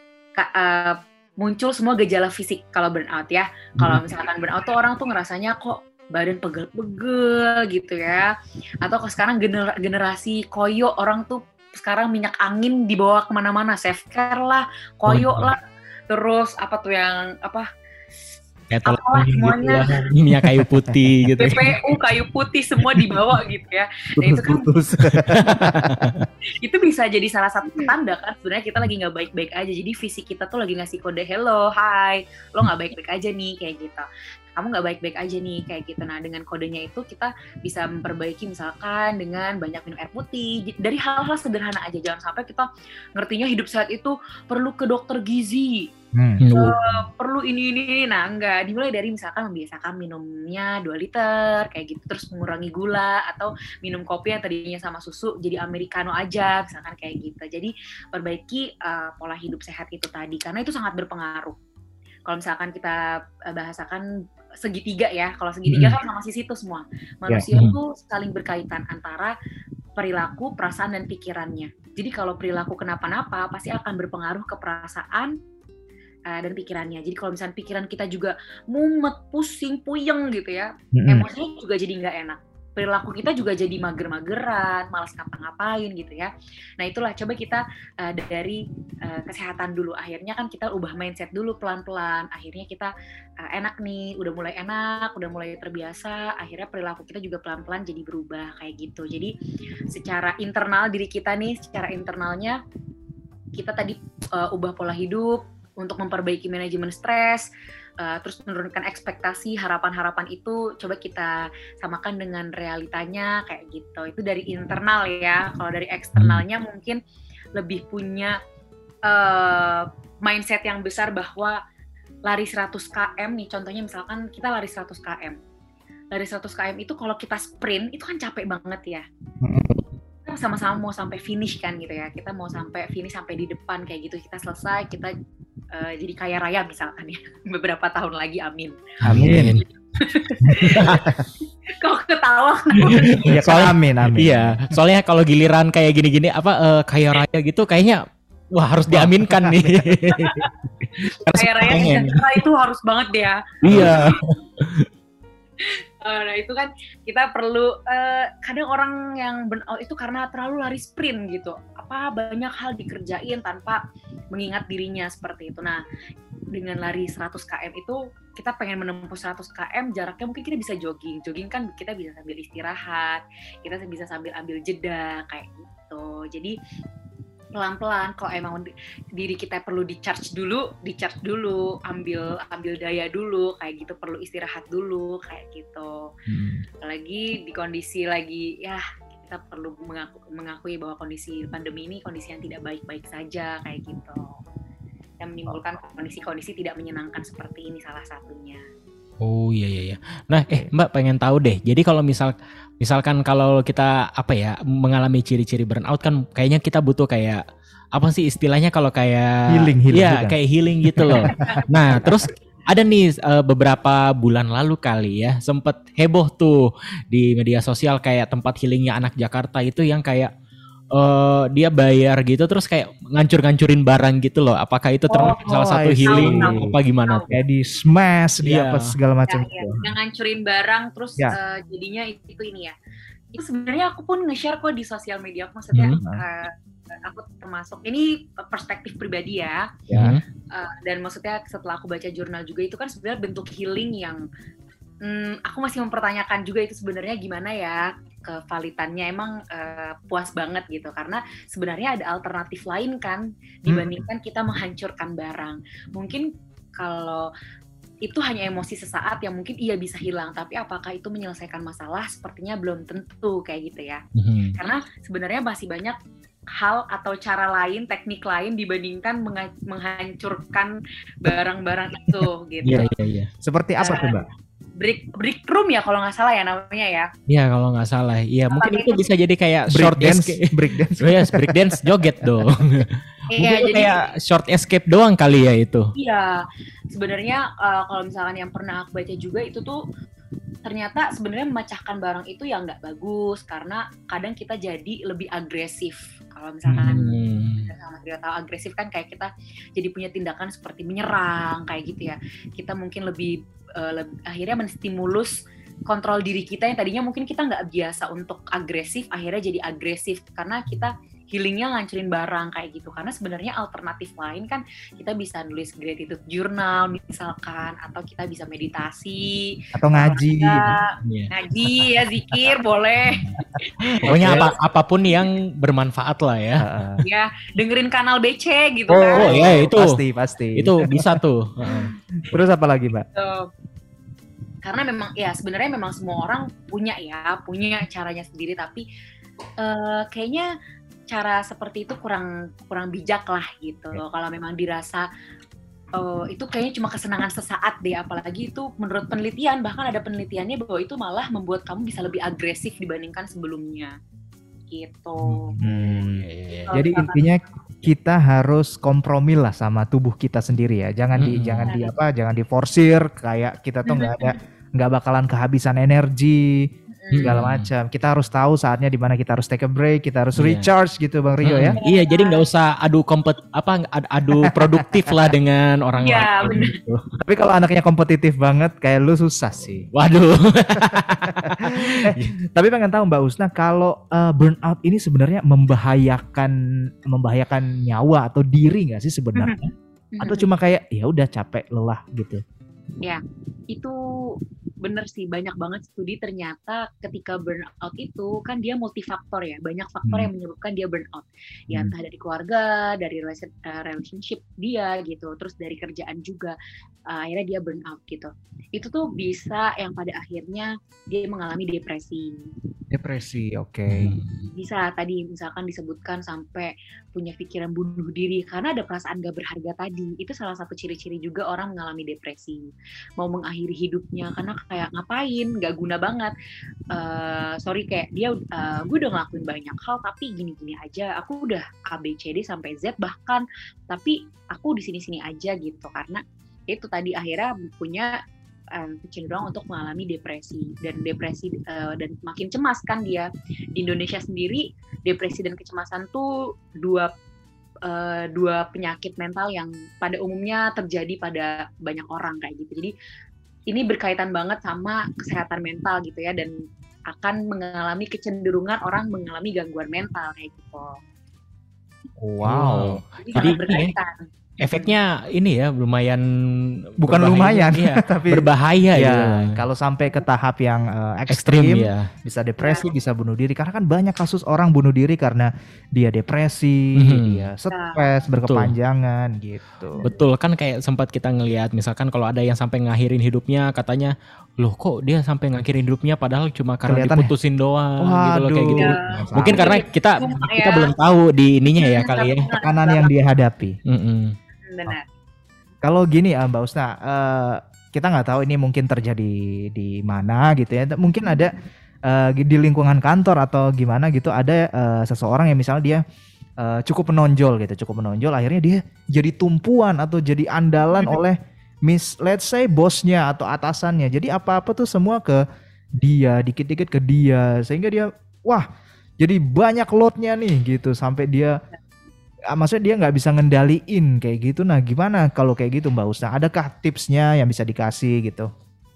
muncul semua gejala fisik kalau burnout ya. Kalau misalkan burnout tuh orang tuh ngerasanya kok badan pegel-pegel gitu ya, atau kalau sekarang generasi koyo, orang tuh sekarang minyak angin dibawa kemana-mana, self care lah, koyo lah, terus semuanya gitu, minyak kayu putih gitu. PPU kayu putih semua dibawa gitu ya. Nah, itu kan itu bisa jadi salah satu tanda kan sebenarnya kita lagi nggak baik-baik aja. Jadi fisik kita tuh lagi ngasih kode hello, hai, lo nggak baik-baik aja nih kayak gitu. Kamu nggak baik-baik aja nih kayak gitu. Nah dengan kodenya itu kita bisa memperbaiki misalkan dengan banyak minum air putih. Dari hal-hal sederhana aja. Jangan sampai kita ngertinya hidup sehat itu perlu ke dokter gizi. Perlu ini. Nah enggak, dimulai dari misalkan membiasakan minumnya 2 liter kayak gitu, terus mengurangi gula, atau minum kopi yang tadinya sama susu jadi americano aja misalkan kayak gitu. Jadi perbaiki pola hidup sehat itu tadi, karena itu sangat berpengaruh. Kalau misalkan kita bahasakan segitiga ya, kalau segitiga kan sama sisi itu semua manusia tuh saling berkaitan antara perilaku, perasaan, dan pikirannya. Jadi kalau perilaku kenapa-napa pasti akan berpengaruh ke perasaan dan pikirannya. Jadi kalau misalnya pikiran kita juga mumet, pusing, puyeng gitu ya, emosinya juga jadi nggak enak. Perilaku kita juga jadi mager-mageran, malas ngapa-ngapain gitu ya. Nah itulah, coba kita dari kesehatan dulu. Akhirnya kan kita ubah mindset dulu pelan-pelan. Akhirnya kita enak nih, udah mulai enak, udah mulai terbiasa. Akhirnya perilaku kita juga pelan-pelan jadi berubah kayak gitu. Jadi secara internal diri kita nih, secara internalnya kita tadi ubah pola hidup, untuk memperbaiki manajemen stres, terus menurunkan ekspektasi, harapan-harapan itu coba kita samakan dengan realitanya kayak gitu. Itu dari internal ya. Kalau dari eksternalnya mungkin lebih punya mindset yang besar bahwa lari 100 km nih, contohnya misalkan kita lari 100 km. Lari 100 km itu kalau kita sprint itu kan capek banget ya. Kita sama-sama mau sampai finish kan gitu ya. Kita mau sampai finish sampai di depan kayak gitu. Kita selesai, kita jadi kaya raya misalkan ya beberapa tahun lagi, amin. Kok ketawa? Ya kan, amin. Iya, soalnya kalau giliran kayak gini-gini kaya raya gitu kayaknya wah harus diaminkan nih. Kaya raya sejahtera itu harus banget ya. Iya. Nah itu kan kita perlu kadang orang yang burnout itu karena terlalu lari sprint gitu. Banyak hal dikerjain tanpa mengingat dirinya seperti itu. Nah dengan lari 100 km itu kita pengen menempuh 100 km jaraknya mungkin kita bisa jogging. Jogging kan kita bisa sambil istirahat, kita bisa sambil ambil jeda kayak gitu. Jadi pelan-pelan kalau emang diri kita perlu di charge dulu, ambil daya dulu kayak gitu, perlu istirahat dulu kayak gitu. Apalagi di kondisi lagi ya kita perlu mengakui bahwa kondisi pandemi ini kondisi yang tidak baik-baik saja kayak gitu. Yang menimbulkan kondisi-kondisi tidak menyenangkan seperti ini salah satunya. Oh iya. Nah, Mbak pengen tahu deh. Jadi kalau misalkan kalau kita mengalami ciri-ciri burnout kan kayaknya kita butuh kayak apa sih istilahnya kalau kayak healing ya juga. Kayak healing gitu loh. Nah, terus ada nih beberapa bulan lalu kali ya sempet heboh tuh di media sosial kayak tempat healingnya anak Jakarta itu yang kayak dia bayar gitu terus kayak ngancur-ngancurin barang gitu loh. Apakah itu termasuk salah satu healing apa gimana? Kayak di smash, di apa segala macam gitu. Yang ngancurin barang terus jadinya itu ini ya. Itu sebenarnya aku pun nge-share kok di sosial media aku, maksudnya aku termasuk ini perspektif pribadi ya. Dan maksudnya setelah aku baca jurnal juga itu kan sebenarnya bentuk healing yang aku masih mempertanyakan juga itu sebenarnya gimana ya kevalitannya, emang puas banget gitu karena sebenarnya ada alternatif lain kan dibandingkan kita menghancurkan barang. Mungkin kalau itu hanya emosi sesaat yang mungkin iya bisa hilang, tapi apakah itu menyelesaikan masalah sepertinya belum tentu kayak gitu ya. Karena sebenarnya masih banyak hal atau cara lain, teknik lain dibandingkan menghancurkan barang-barang itu gitu. Iya. Seperti apa tuh Mbak? Break room ya kalau nggak salah ya namanya ya. Iya kalau nggak salah. Iya mungkin itu bisa jadi kayak short dance. Break dance joget dong. Iya, jadi kayak short escape doang kali ya itu. Iya, sebenarnya kalau misalkan yang pernah aku baca juga itu tuh ternyata sebenarnya memecahkan barang itu ya nggak bagus karena kadang kita jadi lebih agresif. Kalau misalkan sama Rio tahu agresif kan kayak kita jadi punya tindakan seperti menyerang kayak gitu ya. Kita mungkin lebih akhirnya menstimulus kontrol diri kita yang tadinya mungkin kita nggak biasa untuk agresif, akhirnya jadi agresif karena kita healingnya ngancurin barang kayak gitu. Karena sebenarnya alternatif lain kan kita bisa nulis gratitude journal misalkan, atau kita bisa meditasi atau ngaji ya, zikir boleh. Pokoknya apapun yang bermanfaat lah ya. Ya dengerin kanal BC gitu kan. Oh ya itu pasti itu bisa tuh. Terus apa lagi Mbak? Karena memang ya sebenarnya memang semua orang punya caranya sendiri, tapi kayaknya cara seperti itu kurang bijak lah gitu. Kalau memang dirasa itu kayaknya cuma kesenangan sesaat deh, apalagi itu menurut penelitian, bahkan ada penelitiannya bahwa itu malah membuat kamu bisa lebih agresif dibandingkan sebelumnya gitu. Jadi intinya kita harus kompromi lah sama tubuh kita sendiri ya. Jangan diforsir kayak kita tuh nggak bakalan kehabisan energi segala macam. Kita harus tahu saatnya di mana kita harus take a break, kita harus recharge gitu Bang Rio ya. Iya, jadi nggak usah adu produktif lah dengan orang lain. Gitu. Tapi kalau anaknya kompetitif banget kayak lu susah sih. Waduh. Tapi pengen tahu Mbak Husna, kalau burnout ini sebenarnya membahayakan nyawa atau diri nggak sih sebenarnya? Atau cuma kayak ya udah capek lelah gitu? Ya, itu bener sih, banyak banget studi ternyata ketika burnout itu kan dia multifaktor ya, banyak faktor yang menyebabkan dia burnout. Ya entah dari keluarga, dari relationship dia gitu, terus dari kerjaan juga, akhirnya dia burnout gitu. Itu tuh bisa yang pada akhirnya dia mengalami depresi. Depresi, oke. Bisa tadi misalkan disebutkan sampai punya pikiran bunuh diri karena ada perasaan gak berharga tadi. Itu salah satu ciri-ciri juga orang mengalami depresi. Mau mengakhiri hidupnya karena kayak ngapain, gak guna banget. Kayak dia, gue udah ngelakuin banyak hal tapi gini-gini aja. Aku udah A, B, C, D sampai Z bahkan, tapi aku di sini-sini aja gitu. Karena itu tadi akhirnya punya kecenderungan untuk mengalami depresi dan makin cemas kan dia. Di Indonesia sendiri depresi dan kecemasan tuh dua penyakit mental yang pada umumnya terjadi pada banyak orang kayak gitu. Jadi ini berkaitan banget sama kesehatan mental gitu ya, dan akan mengalami kecenderungan orang mengalami gangguan mental kayak gitu. Wow. Jadi berkaitan. Efeknya ini ya lumayan, bukan lumayan ya, tapi berbahaya ya, gitu. Kalau sampai ke tahap yang ekstrim ya. Bisa depresi, bisa bunuh diri, karena kan banyak kasus orang bunuh diri karena dia depresi, dia stres berkepanjangan gitu. Betul, kan kayak sempat kita ngelihat misalkan kalau ada yang sampai ngakhirin hidupnya, katanya loh kok dia sampai ngakhirin hidupnya padahal cuma karena diputusin doang. Waduh, gitu loh kayak gitu. ya. Mungkin karena kita belum tahu di ininya ya kali ya. Tekanan yang dia hadapi. Benar. Kalau gini Mbak Usna, kita nggak tahu ini mungkin terjadi di mana gitu ya. Mungkin ada di lingkungan kantor atau gimana gitu, ada seseorang yang misalnya dia cukup menonjol, akhirnya dia jadi tumpuan atau jadi andalan oleh let's say bosnya atau atasannya. Jadi apa-apa tuh semua ke dia, dikit-dikit ke dia, sehingga dia jadi banyak loadnya nih gitu, sampai dia maksudnya dia nggak bisa ngendaliin kayak gitu. Nah gimana kalau kayak gitu Mbak Usna? Adakah tipsnya yang bisa dikasih gitu?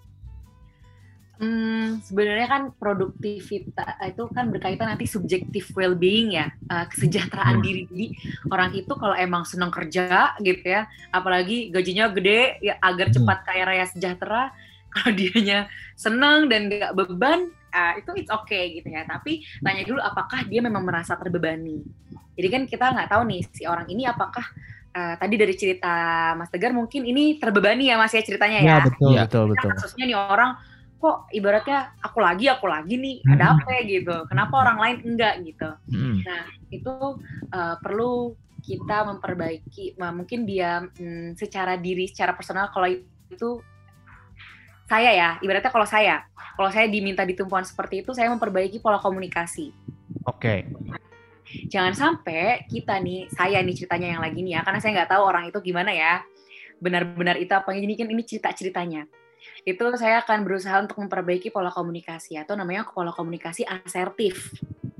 Sebenarnya kan produktivitas itu kan berkaitan nanti subjektif well-being ya, kesejahteraan diri. Jadi orang itu kalau emang senang kerja gitu ya, apalagi gajinya gede ya agar cepat kaya raya sejahtera, kalau dianya senang dan nggak beban, itu it's okay gitu ya. Tapi tanya dulu apakah dia memang merasa terbebani. Jadi kan kita nggak tahu nih si orang ini apakah tadi dari cerita Mas Tegar mungkin ini terbebani ya Mas ya ceritanya ya. Betul. Kasusnya nih orang kok ibaratnya aku lagi nih ada apa gitu. Kenapa orang lain enggak gitu. Nah itu perlu kita memperbaiki. Mungkin dia secara personal kalau itu saya ya, ibaratnya kalau saya diminta di tumpuan seperti itu, saya memperbaiki pola komunikasi. Oke. Jangan sampai saya nih ceritanya yang lagi nih ya, karena saya nggak tahu orang itu gimana ya, benar-benar itu apa, jadi kan ini cerita-ceritanya. Itu saya akan berusaha untuk memperbaiki pola komunikasi, atau namanya pola komunikasi asertif.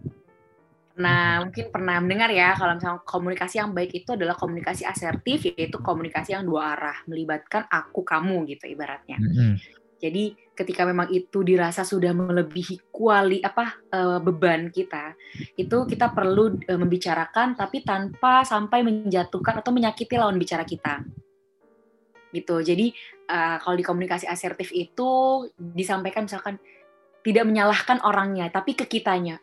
Nah, mungkin pernah mendengar ya, kalau misalnya komunikasi yang baik itu adalah komunikasi asertif, yaitu komunikasi yang dua arah, melibatkan aku, kamu gitu ibaratnya. Jadi ketika memang itu dirasa sudah melebihi beban kita, itu kita perlu membicarakan tapi tanpa sampai menjatuhkan atau menyakiti lawan bicara kita. Gitu. Jadi kalau di komunikasi asertif itu disampaikan misalkan tidak menyalahkan orangnya tapi ke kitanya.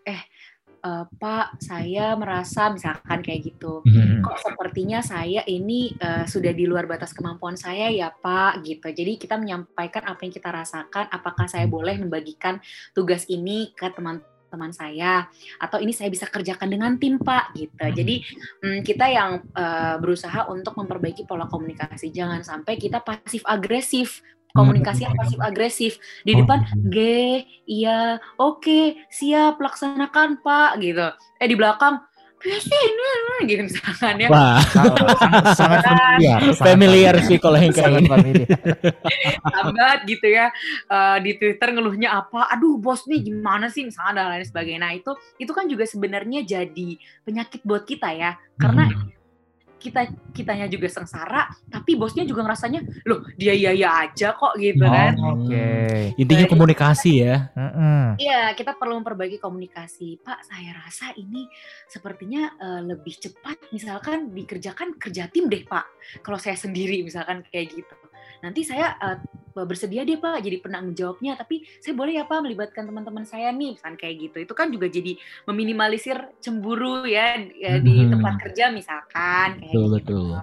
Pak, saya merasa misalkan kayak gitu. Kok sepertinya saya ini sudah di luar batas kemampuan saya ya Pak, gitu. Jadi kita menyampaikan apa yang kita rasakan, apakah saya boleh membagikan tugas ini ke teman-teman saya, atau ini saya bisa kerjakan dengan tim Pak, gitu. Jadi kita yang berusaha untuk memperbaiki pola komunikasi. Jangan sampai kita pasif agresif. Komunikasi yang pasif agresif di depan, iya, oke, siap, laksanakan Pak, gitu. Di belakang, biasa ini, gitu misalkan ya. Wah, sangat familiar sih kalau yang kayak gini. Sambat gitu ya, di Twitter ngeluhnya apa, aduh bos nih gimana sih, misalnya dan lain sebagainya. Nah itu kan juga sebenarnya jadi penyakit buat kita ya, karena kitanya juga sengsara, tapi bosnya juga ngerasanya, loh dia iya aja kok gitu kan. Oke. Intinya komunikasi ya. Iya, kita perlu memperbaiki komunikasi. Pak, saya rasa ini sepertinya lebih cepat misalkan dikerjakan kerja tim deh Pak. Kalau saya sendiri misalkan kayak gitu. Nanti saya bersedia deh Pak jadi penanggung jawabnya, tapi saya boleh ya Pak melibatkan teman-teman saya nih, misalkan kayak gitu. Itu kan juga jadi meminimalisir cemburu ya di tempat kerja misalkan kayak betul.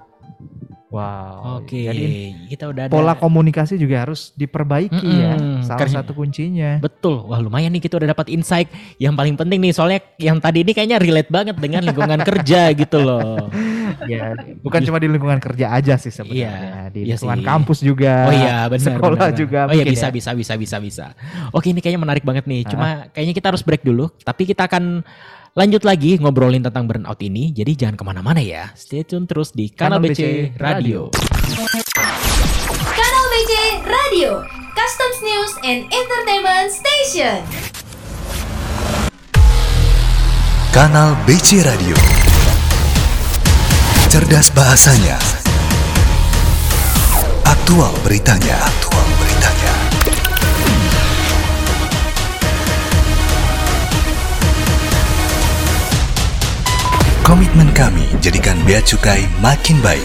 Wow. Oke. Jadi kita udah ada pola komunikasi juga harus diperbaiki ya. Salah satu kuncinya. Betul. Wah, lumayan nih kita udah dapat insight yang paling penting nih, soalnya yang tadi ini kayaknya relate banget dengan lingkungan kerja gitu loh. Ya, bukan cuma di lingkungan kerja aja sih sebenarnya. Di lingkungan kampus juga. Oh iya, benar. Sekolah juga. Oh iya, bisa. Oke, ini kayaknya menarik banget nih. Cuma kayaknya kita harus break dulu, tapi kita akan lanjut lagi ngobrolin tentang burnout ini. Jadi jangan kemana-mana ya. Stay tune terus di Kanal BC Radio. Kanal BC Radio. Customs News and Entertainment Station. Kanal BC Radio. Cerdas bahasanya. Aktual beritanya. Komitmen kami jadikan Bea Cukai makin baik.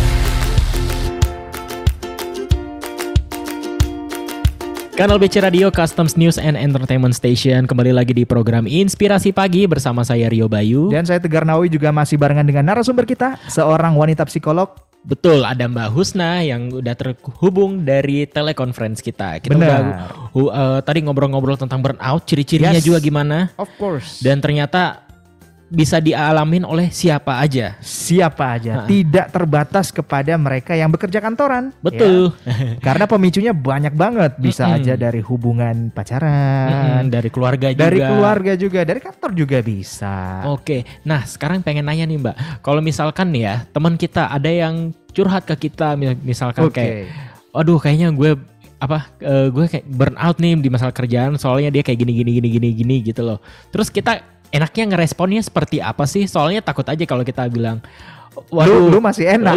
Kanal BC Radio Customs News and Entertainment Station kembali lagi di program Inspirasi Pagi bersama saya Rio Bayu. Dan saya Tegar Nawawi juga masih barengan dengan narasumber kita, seorang wanita psikolog. Betul, ada Mbak Husna yang udah terhubung dari telekonferensi kita. Kita Benar. tadi ngobrol-ngobrol tentang burnout, ciri-cirinya juga gimana. Of course. Dan ternyata bisa dialamin oleh siapa aja. Tidak terbatas kepada mereka yang bekerja kantoran. Betul. Ya. Karena pemicunya banyak banget. Bisa aja dari hubungan pacaran, dari keluarga juga. Dari kantor juga bisa. Oke, nah sekarang pengen nanya nih Mbak, kalau misalkan ya teman kita ada yang curhat ke kita, misalkan kayak, aduh kayaknya gue kayak burnout nih di masalah kerjaan, soalnya dia kayak gini gitu loh. Terus kita enaknya ngeresponnya seperti apa sih? Soalnya takut aja kalau kita bilang, waduh, lu masih enak.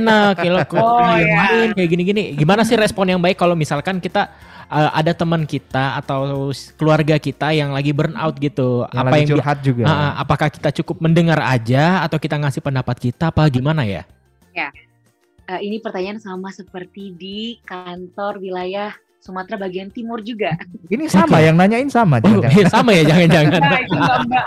Main kayak gini-gini. Gimana sih respon yang baik kalau misalkan kita ada teman kita atau keluarga kita yang lagi burnout gitu? Yang lagi curhat juga. Apakah kita cukup mendengar aja atau kita ngasih pendapat kita? Apa gimana ya? Ya, ini pertanyaan sama seperti di kantor wilayah Sumatera bagian timur juga. Ini sama, yang nanyain sama. Sama ya, jangan-jangan. Nah, itu Mbak.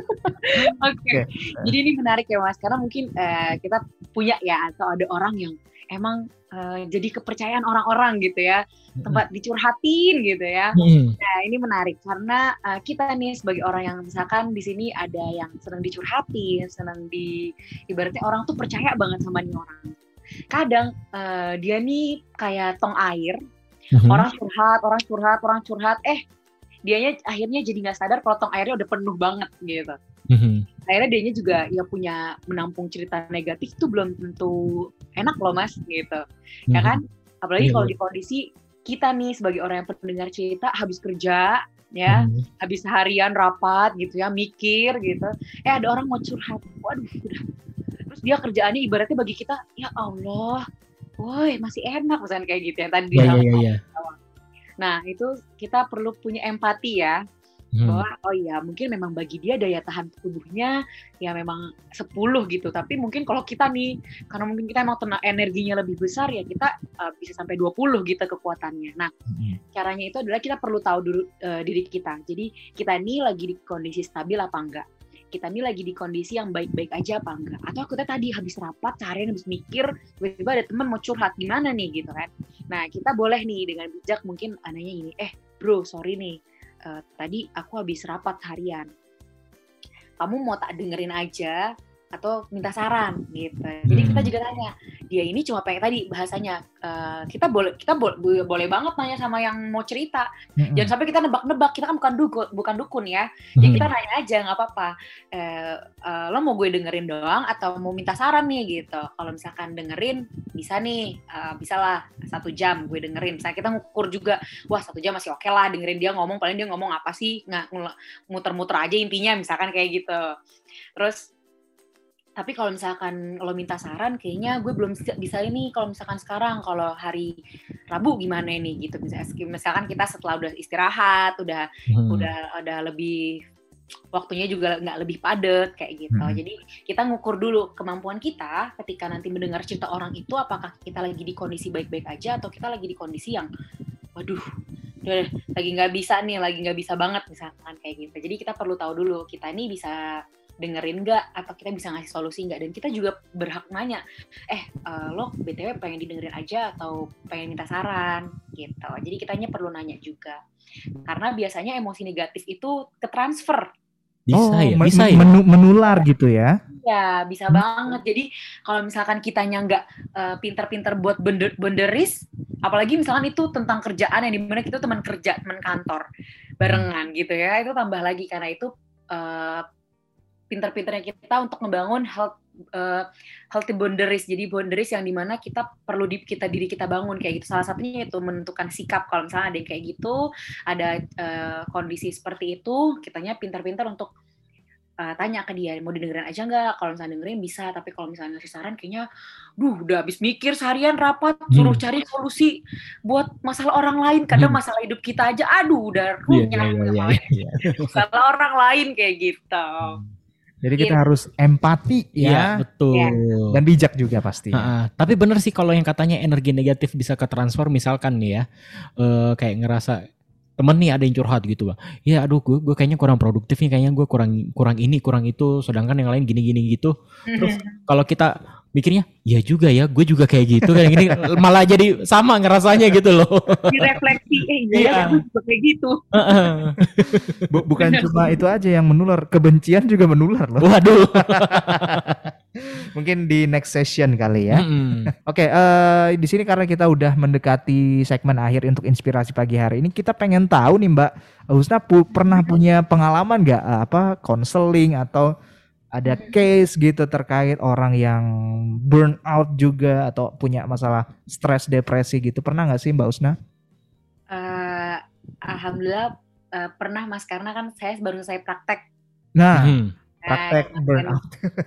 Oke. Jadi ini menarik ya Mas, karena mungkin kita punya ya, atau ada orang yang emang jadi kepercayaan orang-orang gitu ya, tempat dicurhatin gitu ya. Nah ini menarik karena kita nih sebagai orang yang misalkan di sini ada yang senang dicurhatin, ibaratnya orang tuh percaya banget sama nih orang. Kadang dia nih kayak tong air. Orang curhat, dianya akhirnya jadi nggak sadar kalau tong airnya udah penuh banget gitu. Akhirnya dianya juga ya punya menampung cerita negatif itu belum tentu enak loh Mas gitu, ya kan? Apalagi kalau di kondisi kita nih sebagai orang yang pendengar cerita habis kerja ya, habis seharian rapat gitu ya, mikir gitu, ada orang mau curhat, waduh udah. Terus dia kerjaannya ibaratnya bagi kita, ya Allah. Woi masih enak misalnya kayak gitu yang tadi Iya. Nah itu kita perlu punya empati ya, bahwa oh iya mungkin memang bagi dia daya tahan tubuhnya ya memang 10 gitu, tapi mungkin kalau kita nih karena mungkin kita emang energinya lebih besar ya kita bisa sampai 20 gitu kekuatannya. Nah caranya itu adalah kita perlu tahu dulu diri kita, jadi kita nih lagi di kondisi stabil apa enggak, kita nih lagi di kondisi yang baik-baik aja apa enggak, atau kita tadi habis rapat seharian habis mikir tiba-tiba ada teman mau curhat gimana nih gitu kan. Nah kita boleh nih dengan bijak mungkin nanya ini, bro sorry nih tadi aku habis rapat harian, kamu mau tak dengerin aja atau minta saran gitu. Jadi kita juga tanya, dia ini cuma pengen tadi bahasanya kita boleh banget nanya sama yang mau cerita. Jangan sampai kita nebak-nebak, kita kan bukan dukun ya. Jadi kita nanya aja nggak apa-apa. Lo mau gue dengerin doang atau mau minta saran nih gitu. Kalau misalkan dengerin bisa nih, bisa lah 1 jam gue dengerin. Misalnya kita ngukur juga, wah 1 jam masih oke lah dengerin dia ngomong, paling dia ngomong apa sih, nggak muter-muter aja intinya misalkan kayak gitu. Terus tapi kalau misalkan lo minta saran, kayaknya gue belum bisa ini. Kalau misalkan sekarang, kalau hari Rabu gimana nih gitu. Misalkan kita setelah udah istirahat, udah lebih waktunya juga nggak lebih padat kayak gitu. Jadi kita ngukur dulu kemampuan kita ketika nanti mendengar cerita orang itu, apakah kita lagi di kondisi baik-baik aja atau kita lagi di kondisi yang, waduh, lagi nggak bisa banget misalkan kayak gitu. Jadi kita perlu tahu dulu kita ini bisa dengerin nggak atau kita bisa ngasih solusi nggak, dan kita juga berhak nanya lo BTW pengen didengerin aja atau pengen minta saran gitu. Jadi kitanya perlu nanya juga karena biasanya emosi negatif itu ketransfer. Bisa ya? Menular gitu ya? Ya bisa banget. Jadi kalau misalkan kitanya nggak pinter-pinter buat benderis, apalagi misalkan itu tentang kerjaan yang dimana kita teman kerja, teman kantor barengan gitu ya, itu tambah lagi karena itu pinter-pinternya kita untuk ngebangun healthy boundaries. Jadi boundaries yang dimana kita perlu diri kita bangun kayak gitu. Salah satunya itu menentukan sikap. Kalau misalnya ada yang kayak gitu, ada kondisi seperti itu, kitanya pintar-pintar untuk tanya ke dia, mau didengerin aja nggak? Kalau misalnya dengerin bisa, tapi kalau misalnya ngasih saran kayaknya, udah habis mikir seharian rapat, suruh cari solusi buat masalah orang lain. Kadang masalah hidup kita aja, udah runyam. Masalah orang lain kayak gitu. Jadi kita harus empati ya, betul. Dan bijak juga pasti. Tapi bener sih kalau yang katanya energi negatif bisa ke transfer, misalkan nih ya, kayak ngerasa temen nih ada yang curhat gitu Bang. Ya aduh gue kayaknya kurang produktif nih, kayaknya gue kurang ini, kurang itu, sedangkan yang lain gini-gini gitu. Terus kalau kita mikirnya, ya juga ya, gue juga kayak gitu kayak gini, malah jadi sama ngerasanya gitu loh. Direfleksi, iya gue juga kayak gitu. Bukan cuma itu aja yang menular, kebencian juga menular loh. Waduh. Mungkin di next session kali ya. Oke, di sini karena kita udah mendekati segmen akhir untuk inspirasi pagi hari ini, kita pengen tahu nih Mbak Husna pernah punya pengalaman nggak konseling atau ada case gitu terkait orang yang burn out juga atau punya masalah stres depresi gitu, pernah nggak sih Mbak Husna? Alhamdulillah pernah Mas, karena kan saya baru selesai praktek. Nah, praktek burnout.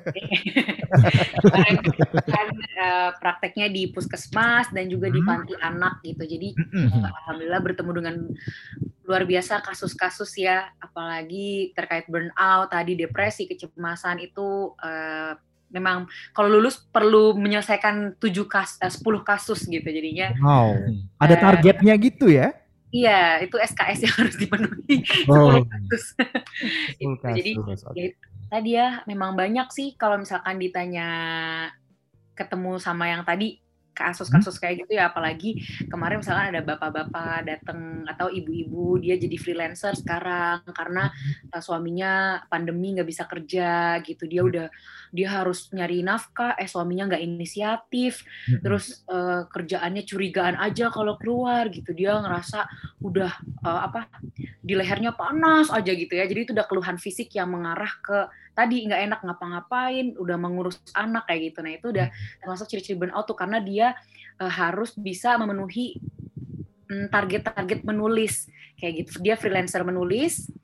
Kan prakteknya di puskesmas dan juga di panti anak gitu. Jadi alhamdulillah bertemu dengan luar biasa kasus-kasus ya, apalagi terkait burnout, tadi depresi, kecemasan itu memang kalau lulus perlu menyelesaikan 10 kasus gitu jadinya. Wow. Ada targetnya gitu ya? Iya, itu SKS yang harus dipenuhi 10 kasus. Jadi tadi ya memang banyak sih kalau misalkan ditanya ketemu sama yang tadi kasus-kasus kayak gitu ya, apalagi kemarin misalkan ada bapak-bapak datang atau ibu-ibu dia jadi freelancer sekarang karena suaminya pandemi nggak bisa kerja gitu, dia harus nyari nafkah, suaminya nggak inisiatif, terus kerjaannya curigaan aja kalau keluar gitu, dia ngerasa udah di lehernya panas aja gitu ya, jadi itu udah keluhan fisik yang mengarah ke tadi nggak enak ngapa-ngapain, udah mengurus anak kayak gitu. Nah itu udah termasuk ciri-ciri burnout tuh, karena dia harus bisa memenuhi target-target menulis kayak gitu. Dia freelancer menulis,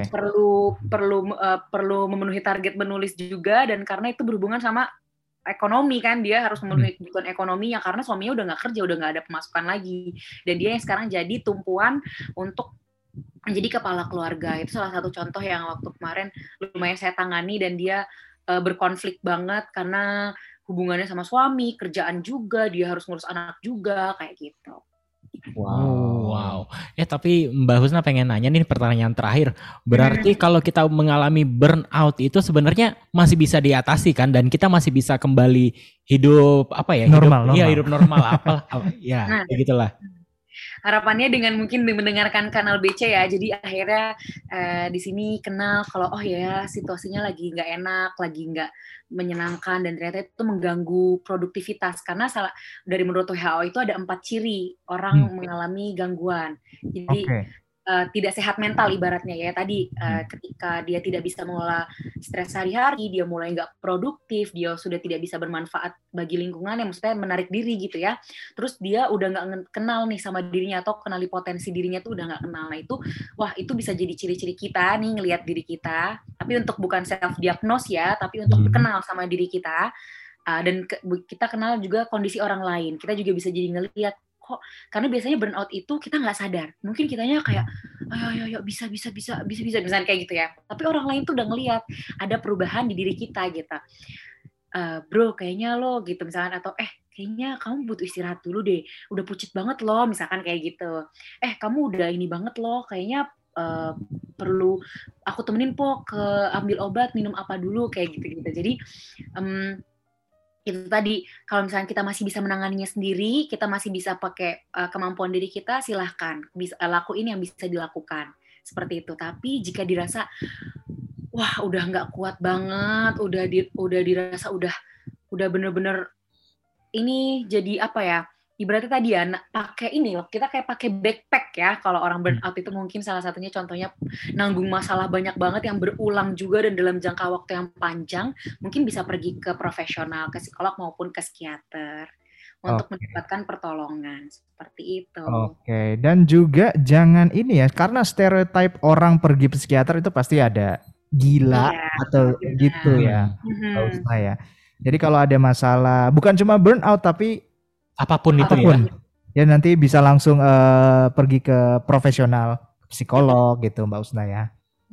perlu memenuhi target menulis juga, dan karena itu berhubungan sama ekonomi kan, dia harus memenuhi kebutuhan ekonominya karena suaminya udah nggak kerja, udah nggak ada pemasukan lagi, dan dia yang sekarang jadi tumpuan untuk menjadi kepala keluarga. Itu salah satu contoh yang waktu kemarin lumayan saya tangani, dan dia berkonflik banget karena hubungannya sama suami, kerjaan juga, dia harus ngurus anak juga kayak gitu. Wow. Tapi Mbak Husna pengen nanya nih, pertanyaan terakhir. Berarti kalau kita mengalami burnout itu sebenarnya masih bisa diatasi kan, dan kita masih bisa kembali hidup normal. Hidup normal ya, begitulah. Harapannya dengan mungkin mendengarkan kanal BC ya, jadi akhirnya di sini kenal kalau situasinya lagi nggak enak, lagi nggak menyenangkan, dan ternyata itu mengganggu produktivitas, karena dari menurut WHO itu ada 4 ciri orang mengalami gangguan. Jadi tidak sehat mental ibaratnya ya tadi, ketika dia tidak bisa mengelola stres sehari-hari, dia mulai nggak produktif, dia sudah tidak bisa bermanfaat bagi lingkungan, yang maksudnya menarik diri gitu ya, terus dia udah nggak kenal nih sama dirinya, atau kenali potensi dirinya tuh udah nggak kenal. Nah itu bisa jadi ciri-ciri kita nih, ngelihat diri kita, tapi untuk bukan self diagnose ya, tapi untuk kenal sama diri kita, dan kita kenal juga kondisi orang lain. Kita juga bisa jadi ngelihat kok, karena biasanya burnout itu kita nggak sadar, mungkin kitanya kayak ayo bisa misalnya kayak gitu ya, tapi orang lain tuh udah ngelihat ada perubahan di diri kita gitu. Bro kayaknya lo gitu misalkan, atau kayaknya kamu butuh istirahat dulu deh, udah pucet banget lo misalkan kayak gitu, kamu udah ini banget lo, kayaknya perlu aku temenin ke ambil obat, minum apa dulu kayak gitu. Jadi itu tadi, kalau misalnya kita masih bisa menanganinya sendiri, kita masih bisa pakai kemampuan diri kita, silahkan lakuin yang bisa dilakukan seperti itu. Tapi jika dirasa udah nggak kuat banget, udah dirasa udah bener-bener ini jadi ibaratnya tadi ya, pakai ini loh, kita kayak pakai backpack ya. Kalau orang burnout itu mungkin salah satunya contohnya nanggung masalah banyak banget yang berulang juga dan dalam jangka waktu yang panjang, mungkin bisa pergi ke profesional, ke psikolog maupun ke psikiater untuk mendapatkan pertolongan seperti itu. Oke, dan juga jangan ini ya, karena stereotip orang pergi psikiater itu pasti ada gila atau gitu ya, Mbak Husna ya. Jadi kalau ada masalah, bukan cuma burnout tapi apapun itu ya nanti bisa langsung pergi ke profesional, psikolog gitu Mbak Husna ya.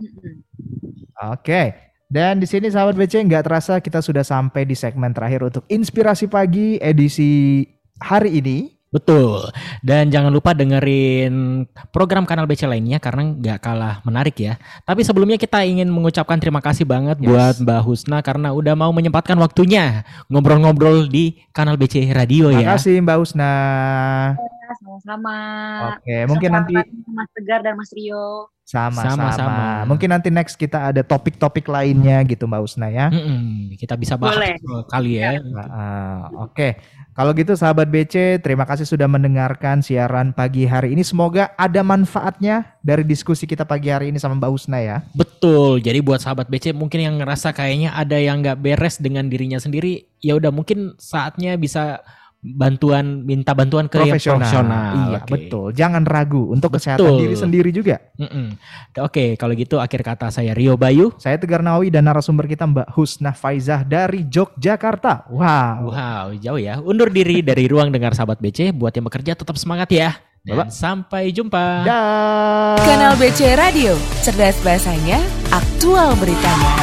Oke. Dan di sini sahabat BC nggak terasa kita sudah sampai di segmen terakhir untuk Inspirasi Pagi edisi hari ini. Betul. Dan jangan lupa dengerin program Kanal BC lainnya karena nggak kalah menarik ya. Tapi sebelumnya kita ingin mengucapkan terima kasih banget buat Mbak Husna karena udah mau menyempatkan waktunya ngobrol-ngobrol di Kanal BC Radio ya. Terima kasih Mbak Husna. Sama-sama. Oke, mungkin nanti Mas Tegar dan Mas Rio. Sama-sama. Mungkin nanti next kita ada topik-topik lainnya gitu Mbak Husna ya. Kita bisa bahas kali ya. Oke. Kalau gitu sahabat BC, terima kasih sudah mendengarkan siaran pagi hari ini. Semoga ada manfaatnya dari diskusi kita pagi hari ini sama Mbak Husna ya. Betul. Jadi buat sahabat BC mungkin yang ngerasa kayaknya ada yang nggak beres dengan dirinya sendiri, ya udah mungkin saatnya bisa minta bantuan ke profesional. Iya, betul. Jangan ragu untuk kesehatan diri sendiri juga. Oke, kalau gitu akhir kata saya Rio Bayu, saya Tegar Nawawi dan narasumber kita Mbak Husna Faizah dari Yogyakarta. Wow, jauh ya. Undur diri dari ruang dengar sahabat BC. Buat yang bekerja tetap semangat ya. Dan sampai jumpa. Kanal BC Radio, cerdas bahasanya, aktual beritanya.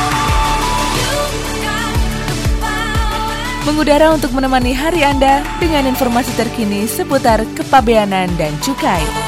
Mengudara untuk menemani hari Anda dengan informasi terkini seputar kepabeanan dan cukai.